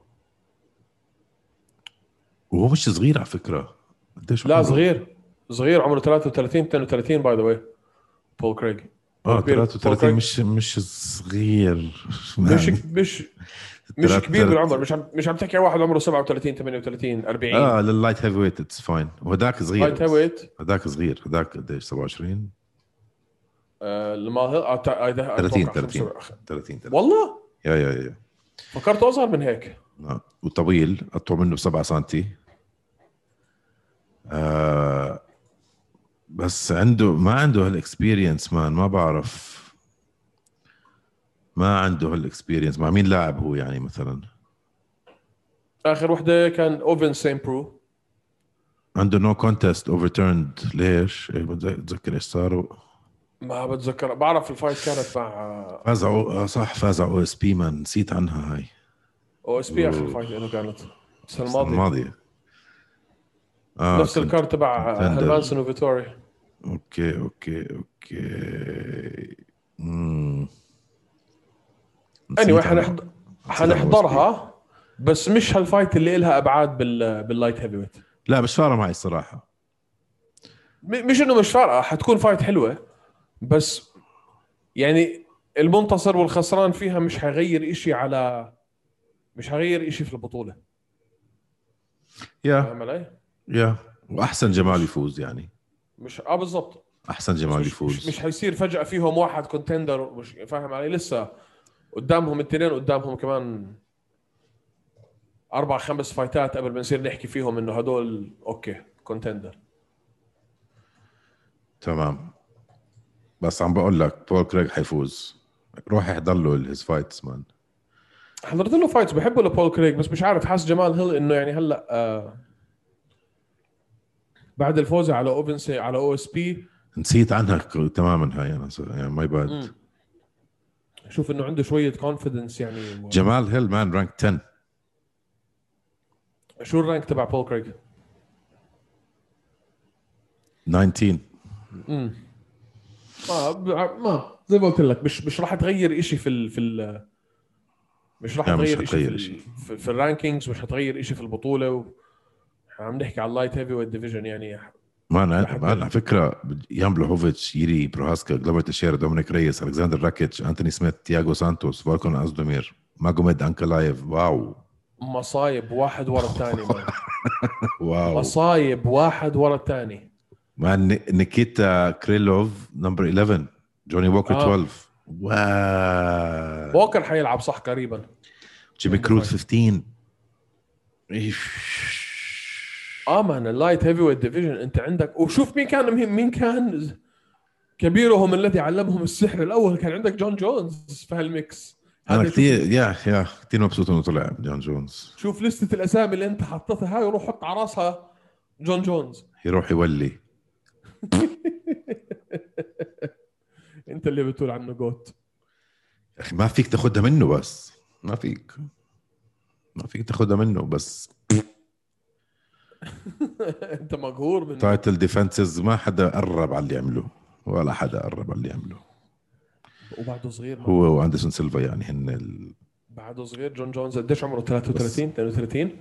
وهو مش صغير على فكره. قديش لا عمره؟ صغير صغير عمره ثلاثة وثلاثين اثنين وثلاثين باي ذا واي. بول كريغ اه ثلاثة وثلاثين مش مش صغير مش مش مش كبير بالعمر. مش عم مش عم تحكي عن واحد عمره سبعة وثلاثين ثمانية وثلاثين أربعين. اه لللايت هيفي ويت اتس فاين. وهداك صغير. لايت هيفي ويت هداك صغير. هداك قديش سبعة وعشرين آه لما آه ثلاثين ثلاثين ثلاثين والله يا يا يا فكرته اصغر من هيك. آه. وطويل اطول منه بسبعة سنتي آه. بس عنده ما عنده هالاكسبيرينس مان، ما بعرف ما عنده هالاكسبيرينس. مع مين لاعب هو يعني مثلا؟ اخر وحده كان اوفن سين برو. عنده نو كونتست اوفرتيرند. ليش؟ ايه بتذكر ايش صار؟ ما بتذكر. بعرف الفايت كانت مع فاز على صح فاز على او اس بي مان، نسيت عنها هاي. او اس بي اخر فايت له كانت السنه الماضيه الماضيه آه نفس الكارت تبع هرمانسون وفيتوري. اوكي اوكي اوكي امم اني حنحضر حنحضرها بس مش هالفايت اللي إلها ابعاد بال باللايت هيفي ويت. لا مش فارقه معي الصراحه. مش انه مش فارقه، حتكون فايت حلوه بس يعني المنتصر والخسران فيها مش حيغير إشي على مش هغير إشي في البطولة. يا فاهم علي؟ يا واحسن جمال يفوز يعني. مش اه بالضبط. احسن بس جمال مش مش, يفوز. مش هيصير فجأة فيهم واحد كونتندر. مش فاهم علي؟ لسه قدامهم الاثنين، قدامهم كمان أربع خمس فايتات قبل ما نصير نحكي فيهم إنه هدول أوكي كونتندر. تمام. بس عم بقول لك بول كريغ حيفوز. روح احضر له الهيز فايتس مان. حضرت له فايتس بحبه لبول كريغ، بس مش عارف، حاس جمال هيل إنه يعني هلا آه بعد الفوز على اوبنسي على او اس بي نسيت عنها تماما هاي انا يعني ماي باد. شوف انه عنده شويه كونفيدنس يعني و... جمال هيل مان رانك عشرة. شو الرانك تبع بول كريغ؟ تسعة عشر. امم ما ما زي ما قلت لك، مش مش راح تغير إشي في ال... في ال... مش راح لا مش تغير إشي في هتغير ال... شيء. في, في الرانكينجز، مش هتغير إشي في البطوله و... عم نحكي على اللايت هيفي والديفيجن يعني. ما انا لحد ما أنا على فكره يان بلوهوفيتش، ييري بروهاسكا، جلوفر تيشيرا، دومينيك ريس، الكسندر راكيتش، انتوني سميث، تياغو سانتوس، فالكون ازدومير، ماجوميد انكلايف. واو مصايب واحد ورا الثاني مان. واو مصايب واحد ورا الثاني. مان. نيكيتا كريلوف نمبر إحداشر، جوني ووكر اه اثناشر. واو بوكر حيلعب صح قريبا. جيمي عنده كروز فايت. خمستاشر. اه مان اللايت هيفي والديفيجن انت عندك. وشوف مين كان مين كان كبيرهم الذي علمهم السحر الاول، كان عندك جون جونز في هالميكس انا هذا. شوف كثير يا يا كثير مبسوط انه طلع جون جونز. شوف لستة الاسامي اللي انت حطيتها هاي، وروح حط على راسها جون جونز. يروح يولي. انت اللي بتقول عنه جوت. يا اخي ما فيك تاخدها منه، بس ما فيك ما فيك تاخدها منه بس. انت مقهور منه. تايتل ديفنسز ما حدا قرب على اللي عمله، ولا حدا قرب على اللي عمله. وبعده صغير مان. هو واندرسون سيلفا يعني هن ال... بعده صغير. جون جونز قديش عمره؟ ثلاثة وثلاثين اثنين وثلاثين.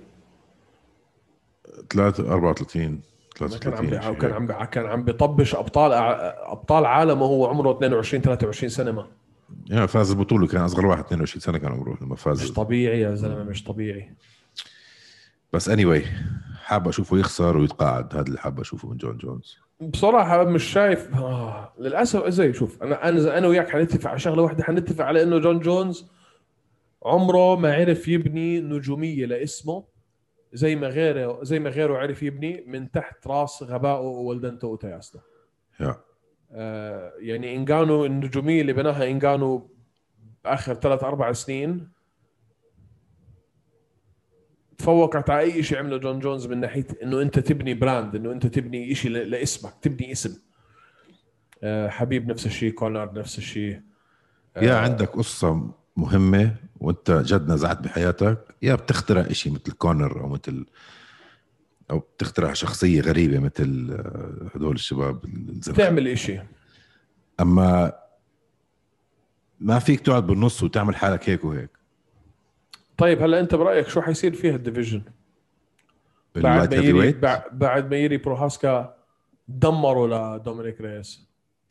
ثلاثة أربعة وثلاثين كان عم بي... ثلاثة وثلاثين كان عم بي... كان عم بيطبش ابطال ابطال عالم وهو عمره اثنين وعشرين ثلاثة وعشرين سنه ما. يعني فاز البطولة، كان أصغر واحد اثنين وعشرين سنة كان عمره لما فاز. مش طبيعي يا زلمه، مش طبيعي. بس anyway حاب أشوفه يخسر ويتقاعد، هذا اللي حاب أشوفه من جون جونز. بصراحة مش شايف آه. للأسف زي شوف أنا أنا أنا وياك حنتفق على شغلة واحدة، حنتفق على إنه جون جونز عمره ما عرف يبني نجومية لاسمه زي ما غيره زي ما غيره عرف يبني من تحت راس غبائه وولدنته وتياسته. yeah. آه يعني إنجانو النجومية اللي بناها إنجانو بآخر ثلاث أربع سنين تفوقت على أي شيء عمله جون جونز من ناحية إنه أنت تبني براند، إنه أنت تبني شيء لاسمك، تبني اسم. آه حبيب نفس الشيء، كونر نفس الشيء. يا عندك قصة مهمة وانت جد نزعت بحياتك، يا بتخترع اشي مثل كونر او مثل او بتخترع شخصية غريبة مثل هدول الشباب الزنخ. تعمل اشي. اما ما فيك تقعد بالنص وتعمل حالك هيك وهيك. طيب هلا انت برأيك شو حيصير فيها الديفيجن بعد باللايت ما هيفي يري ويت؟ بع- بعد ما يري بروهاسكا دمروا لدومينيك ريس؟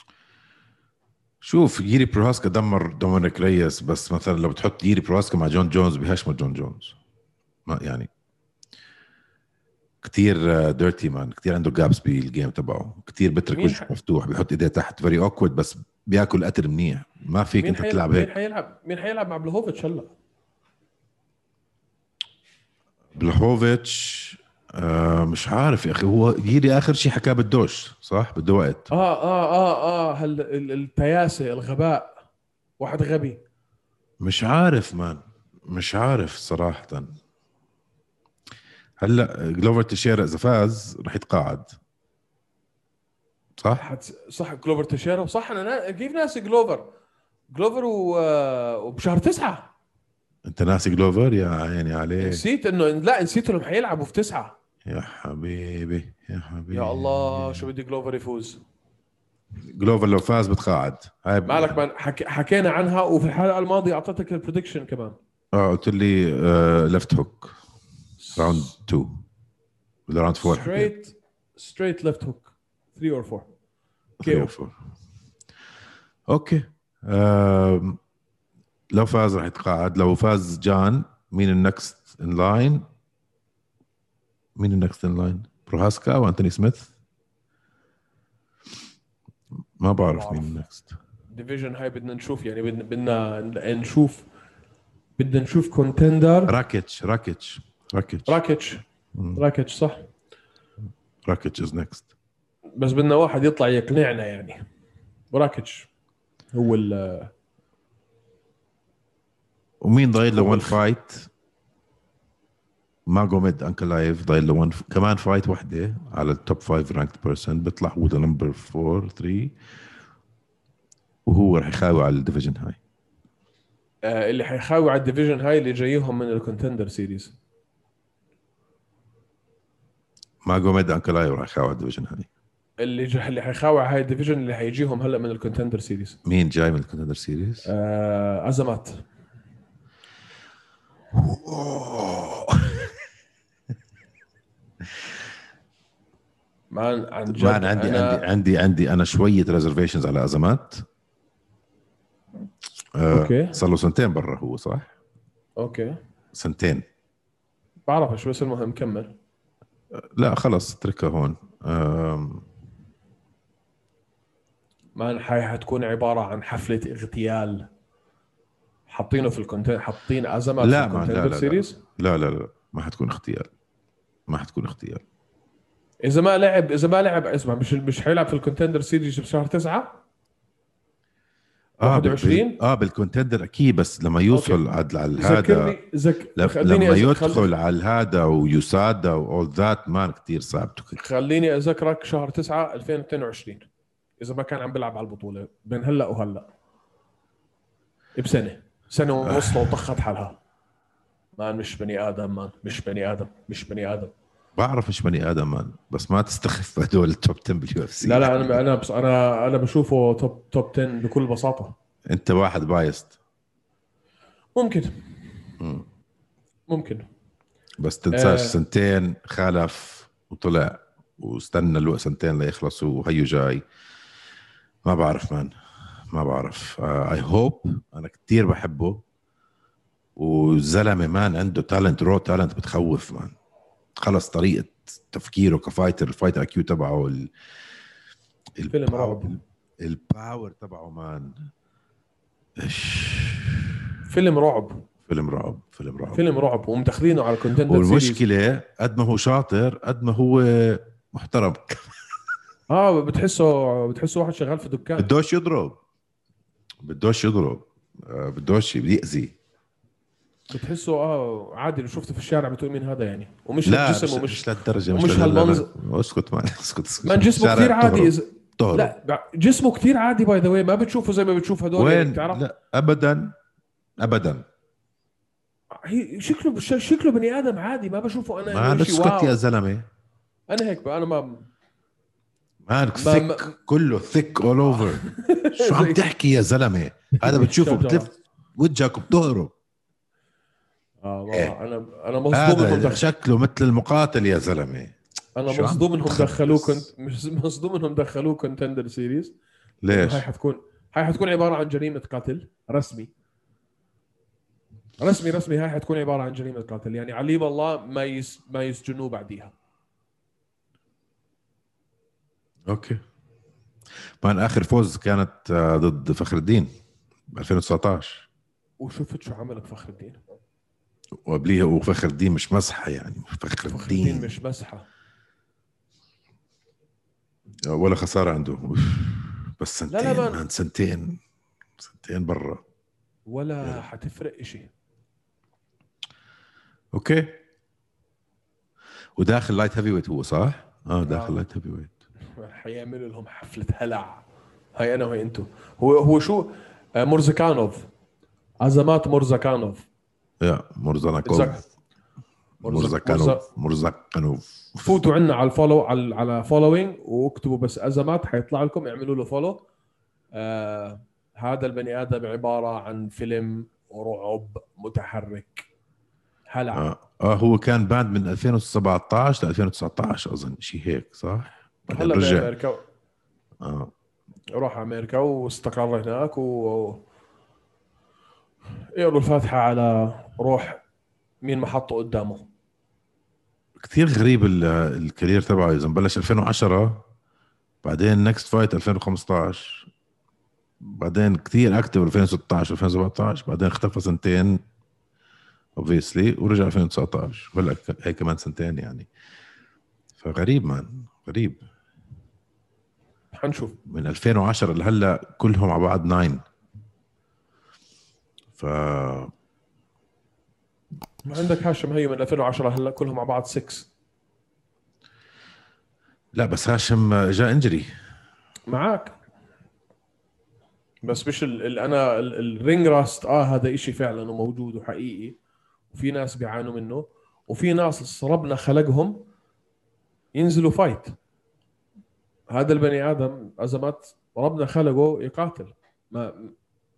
شوف ييري بروهاسكا دمر دومينيك ريس، بس مثلا لو بتحط ييري بروهاسكا مع جون جونز بهشمه جون جونز. ما يعني كتير ديرتي مان، كتير عنده جابس بالجيم تبعه، كتير بترك مين وجهه ح... مفتوح، بيحط ايديه تحت فيري اوكورد، بس بياكل قتل منيح. ما فيك مين انت حيلعب تلعب مين هيك. حيلعب مين حيلعب مع بلوهوفيتش هلا؟ بلهوفيتش آه مش عارف يا اخي، هو ييري اخر شيء حكاه بدوش صح، بده وقت. اه اه اه اه هل ال- التياسة الغباء، واحد غبي. مش عارف مان، مش عارف صراحة. هلا جلوفر تيشيرا اذا فاز رح يتقاعد صح؟ حت... صح كلوفر تشيرو صح. انا نا... كيف ناسي جلوفر جلوفر و... آه، وبشهر تسعة. انت ناسي جلوفر؟ يا عيني عليك. نسيت انه لا نسيت انهم حيلعبوا في تسعة. يا حبيبي يا حبيبي يا الله شو بدي جلوفر يفوز. جلوفر لو فاز بتقاعد. هاي ب... مالك من حك... حكينا عنها، وفي الحلقه الماضيه اعطيتك البريدكشن كمان. اه قلت لي آه ليفت هوك راوند اثنين ولا راوند أربعة؟ ستريت ستريت ليفت هوك ثلاثة اور أربعة. ثلاثة or أربعة. اوكي. آه لو فاز راح يتقاعد. لو فاز جان مين النكست ان لاين؟ مين النكست ان لاين؟ بروهاسكا وانتوني سميث؟ ما بعرف بعرف. مين النكست. ديفيجن هاي بدنا نشوف يعني بدنا بدنا نشوف بدنا نشوف كونتندر. راكيتش راكيتش راكيتش راكيتش راكيتش صح. راكيتش از نكست. بس بدنا واحد يطلع يقنعنا يعني. راكيتش هو ال ومين ضايل له هو وان الخ- فايت؟ ماجوميد انكلايف ضايل له وان كمان فايت وحده على التوب فايف رانكد بيرسون، بيطلع هو ذا نمبر فور ثري، وهو رح يخاوي على الديفيجن هاي. آه اللي حيخاوي على الديفيجن هاي اللي جايهم من الكونتندر سيريز. ماجوميد انكلايف رح يخاوي على الديفيجن هاي. اللي ج... اللي حيخاوي على هاي الديفيجن اللي حيجيهم هلا من الكونتندر سيريز. مين جاي من الكونتندر سيريز؟ آه ازمات. مان عن جد ما أنا عندي أنا... عندي عندي عندي انا شويه ريزرفيشنز على ازمات. آه اوكي صار له سنتين برا هو صح؟ اوكي سنتين. بعرفش بس المهم كمل. لا خلص اتركها هون. آم، مان هاي حتكون عبارة عن حفلة اغتيال. حاطينه في الكونتندر، حاطين ازمات في لا ما لا الكونتندر لا لا سيريز. لا لا لا ما حتكون اغتيال. ما حتكون اغتيال. اذا ما لعب اذا ما لعب اسمع مش مش حيلعب في الكونتندر سيريز بشهر تسعة اه بال... واحد وعشرين. بال... اه بالكونتندر اكيد، بس لما يوصل عد- على هذا ذكرني ذك... ل... خليني لما أز... يدخل خل... على هذا ويسادا واول ذات مان كثير صعب. خليني اذكرك شهر تسعة ألفين واثنين وعشرين اذا ما كان عم بيلعب على البطولة بين هلا وهلا بسنة سنة ونص لو طخت حالها. مان مش بني ادم مان مش بني ادم مش بني ادم. بعرف مش بني ادم مان، بس ما تستخف هدول التوب عشرة باليو اف سي. لا لا انا انا بس انا انا بشوفه توب توب عشرة بكل بساطة. انت واحد بايست. ممكن ممكن بس تنساش آه. سنتين خالف وطلع واستنى الوقت سنتين ليخلصوا وهيو جاي. ما بعرف مان ما بعرف. اي uh, هوب انا كتير بحبه، وزلمه مان عنده تالنت رو تالنت بتخوف مان. خلص طريقه تفكيره كفايتر، الفايتر اكيو تبعه ال... فيلم رعب. الباور تبعه مان. إيش. فيلم رعب فيلم رعب فيلم رعب فيلم رعب ومدخلينه على الكونتندر سيريز. والمشكله قد ما هو شاطر قد ما هو محترم. اه بتحسه بتحسه واحد شغال في دكان. بدوش يضرب بدوش يضرب آه، بدوش يأذي. بتحسه اه عادي لو شفته في الشارع بتقول مين هذا يعني. ومش لا هالجسم مش, ومش مش للدرجه ومش مش هالمنظر. هالمنظر. اسكت مان اسكت اسكت. ما جسمه شارع كثير عادي تهرب. إذا... تهرب. لا جسمه كثير عادي باي ذا واي ما بتشوفه زي ما بتشوف هدول وين يعني بتعرف. لا ابدا ابدا. هي شكله شكله بني ادم عادي ما بشوفه انا ما انه شيء اسكت يا واو. زلمه. انا هيك بقى انا ما مالك ما- ثيك ما- كله ثيك اول اوفر. شو عم زي- تحكي يا زلمه؟ هذا بتشوفه الشجرة. بتلف وجهك وبتهرب. اه ما إيه. انا انا مصدوم انهم هذا دخل... شكله مثل المقاتل يا زلمه. انا شو عم مصدوم انهم تخبص؟ دخلوه كنت مش مصدوم انهم دخلوه كونتندر سيريز. ليش؟ هاي حتكون هاي حتكون عباره عن جريمه قتل رسمي رسمي رسمي. هاي حتكون عباره عن جريمه قتل يعني عليم الله ما يس... ما يسجنوه بعديها. اوكي مان اخر فوز كانت آه، ضد فخر الدين ب ألفين وتسعطعش. وشفت شو عمل بفخر الدين. وقبليها وفخر الدين مش مسحه يعني. فخر فخر الدين الدين مش مسحه ولا خساره عنده. بس سنتين لا لا مان سنتين سنتين برا. ولا حتفرق إشي. اوكي وداخل لايت هيفي ويت هو صح؟ اه داخل آه. لايت هيفي ويت. حيعملوا لهم حفله هلع. هاي انا وهي انتو. هو هو شو آه، مرزكانوف. ازمات مرزكانوف. يا مرزقانوف مرزق- مرزقانوف مرزقانوف. فوتوا عنا على الفولو على على فولوينج واكتبوا بس ازمات حيطلع لكم اعملوا له فولو. آه هذا البني ادم عباره عن فيلم رعب متحرك هلع. آه. اه هو كان باند من ألفين وسبعطعش ل ألفين وتسعطعش اظن شيء هيك صح؟ بعدين هلا رجع. بامريكا اه راح امريكا واستقر هناك و يقروا الفاتحه على روح مين ما حطه قدامه. كثير غريب ال- الكارير تبعه. اذا بلش ألفين وعشرة، بعدين نكست فايت ألفين وخمسطعش، بعدين كثير اكتف ألفين وستطعش ألفين وسبعطعش، بعدين اختفى سنتين obviously ورجع ألفين وتسعطعش، وهلا ك- هي كمان سنتين يعني. فغريب مان، غريب. حنشوف. من ألفين وعشرة لهلا كلهم على بعض ناين. ف عندك هاشم هي من ألفين وعشرة هلا كلهم مع بعض ستة. لا بس هاشم جاء انجري. معاك، بس مش ال... ال... انا ال... الرينج راست اه هذا اشي فعلا وموجود وحقيقي، وفي ناس بيعانوا منه، وفي ناس ربنا خلقهم ينزلوا فايت. هذا البني ادم ازمات ربنا خلقه يقاتل ما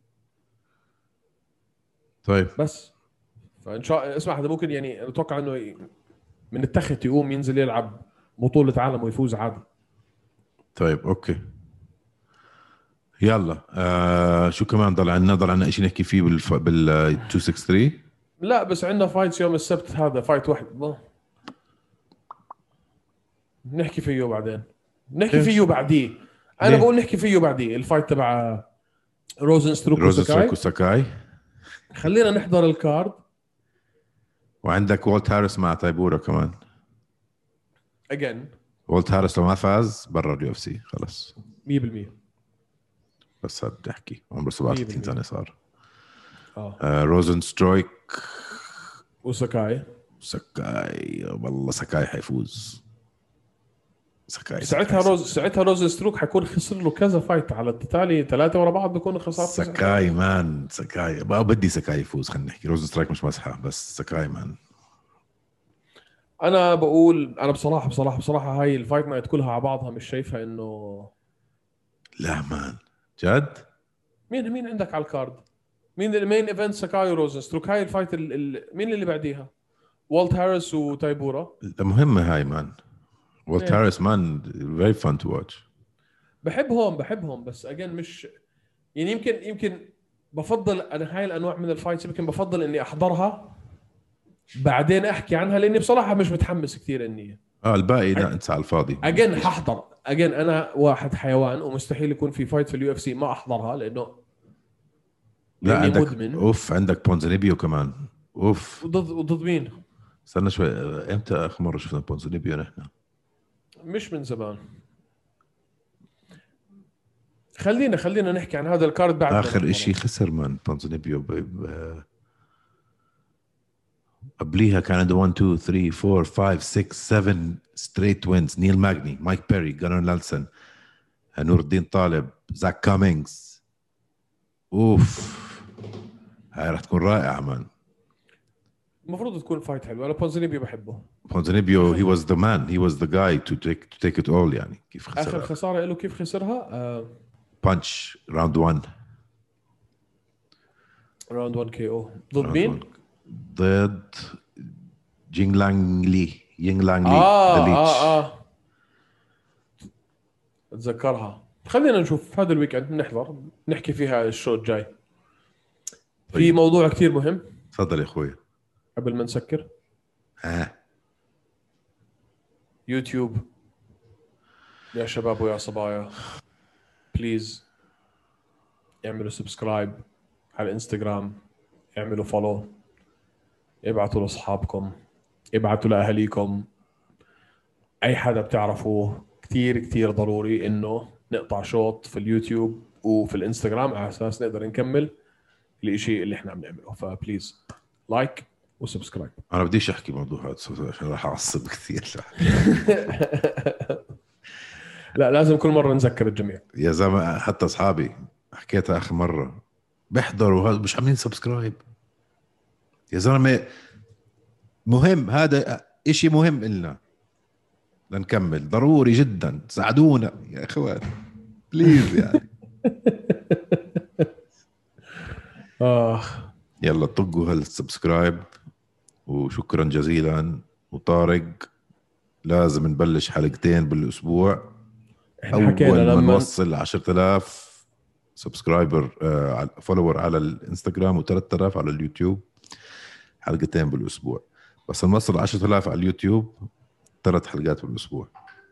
طيب بس. فان شاء اسمع، هذا ممكن يعني اتوقع انه ي- من التخت يقوم ينزل يلعب بطولة عالم ويفوز عادي. طيب اوكي يلا. آه شو كمان ضل عنا؟ ضل عنا شيء نحكي فيه بالف... بال مئتين وثلاثة وستين. لا بس عندنا فايتس يوم السبت، هذا فايت واحد ب- نحكي فيه بعدين، نحكي ليش؟ فيه بعديه. انا ليه؟ بقول نحكي فيه بعديه الفايت تبع روزن ستروك روزن وساكاي. ستروك وساكاي. خلينا نحضر الكارد وعندك والت هاريس مع تايبورا كمان. اجين. والت هاريس لو ما فاز برا اليو اف سي خلص. مية بالمية. بس هاد بحكي عمره سبعة وثلاثين مية بالمية. سنه صار. اه آه روزن سترويك وساكاي. ساكاي. والله ساكاي حيفوز. ساكاي ساعتها ساكاي روز ساعتها روز ستروك حيكون خسر له كذا فايت على التالي، ثلاثة ورا بعض بيكونوا خسارة. ساكاي مان. ساكاي بقى بدي ساكاي يفوز. خلينا نحكي روزن سترايك مش مسحه، بس ساكاي مان. انا بقول انا بصراحة بصراحة بصراحة هاي الفايت نايت كلها على بعضها مش شايفها انه لا مان جد. مين مين عندك على الكارد. مين المين ايفنت؟ ساكاي وروزن ستروك. هاي الفايت ال... ال... مين اللي بعديها؟ والت هاريس وتايبورا. مهمة هاي مان. والت إيه. هاريس مان very fun to watch. بحبهم بحبهم بس اجين مش يعني يمكن يمكن بفضل انا هاي الانواع من الفايتس يمكن بفضل اني احضرها بعدين احكي عنها، لاني بصراحه مش متحمس كثير اني اه الباقي لا انسى على الفاضي. اجين ححضر. اجين انا واحد حيوان ومستحيل يكون في فايت في اليو اف سي ما احضرها، لانه لا لاني عندك مدمن. اوف عندك بونزنيبيو كمان. اوف وضد وضد مين؟ استنى شوي. امتى اخر مرة شفنا بونزنيبيو نحن؟ مش من زمان. خلينا خلينا نحكي عن هذا الكارد بعد ما اخر نحضره. اشي خسر من بونزنيبيو ب... ب... قبليها كان عنده واحد اثنين ثلاثة أربعة خمسة ستة سبعة ستريت وينز. نيل ماجني، مايك بيري، جانر نيلسون، نور الدين طالب، زاك كامينجز. اوف هاي رح تكون رائعة مان. المفروض تكون فايت حلوه. انا بونزينيبي بحبه. بونزنيبيو he was the man, he was the guy to take to take it all. يعني كيف اخر خسر خساره له كيف خسرها؟ آه بانش راوند واحد. راوند واحد كي او ضد مين؟ ضد جينغ لانغ لي. يينغ لانغ لي اه ذا ليتش. اه اه اتذكرها. خلينا نشوف هذا الويكند نحضر نحكي فيها الشو الجاي. في طيب. موضوع كثير مهم تفضل يا اخوي. قبل ما نسكر. ها يوتيوب يا شباب ويا صبايا، بليز اعملوا سبسكرايب على الانستغرام، اعملوا فولو، ابعتوا لاصحابكم، ابعتوا لاهاليكم، اي حدا بتعرفوه. كتير كتير ضروري انه نقطع شوط في اليوتيوب وفي الانستغرام على اساس نقدر نكمل الاشي اللي احنا عم نعمله. فبليز لايك وسبسكرايب. انا بديش احكي موضوع هذا عشان راح اعصب كثير. لا لازم كل مره نذكر الجميع يا زلمه حتى اصحابي حكيتها اخر مره بيحضروا هذا مش عاملين سبسكرايب. يا زلمه مهم، هذا اشي مهم إلنا لنكمل. ضروري جدا ساعدونا يا اخوان بليز يعني. آه. يلا طقوا هالسبسكرايب وشكرا جزيلا. وطارق لازم نبلش حلقتين بالاسبوع اول ما لما نوصل عشرة آلاف سبسكرايبر آه فولور على الانستغرام و ثلاثة آلاف على اليوتيوب. حلقتين بالاسبوع، بس المصر عشرة آلاف على اليوتيوب، ثلاث حلقات بالاسبوع.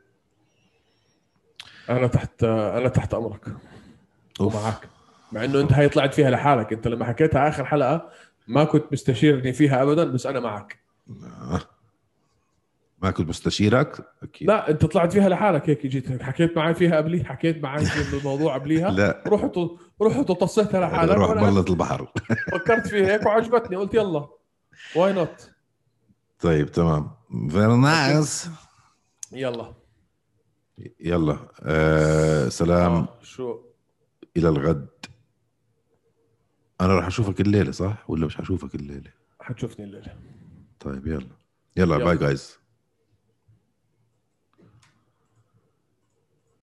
انا تحت انا تحت امرك أوف. ومعك، مع انه انت هاي طلعت فيها لحالك. انت لما حكيتها اخر حلقه ما كنت مستشيرني فيها ابدا، بس انا معك. آه. ما كنت مستشيرك اكيد. لا انت طلعت فيها لحالك، هيك جيت حكيت معي فيها قبلي، حكيت معي في الموضوع قبليها. لا. رحت رحت وطصيتها لحالك، روح وانا بلط البحر. فكرت فيها هيك وعجبتني، قلت يلا واي نوت. طيب تمام، فيري نايس. يلا يلا آه سلام. اه شو الى الغد. انا راح اشوفك الليله صح ولا مش هشوفك الليله؟ حتشوفني الليله. طيب يلا يلا باي يلا جايز.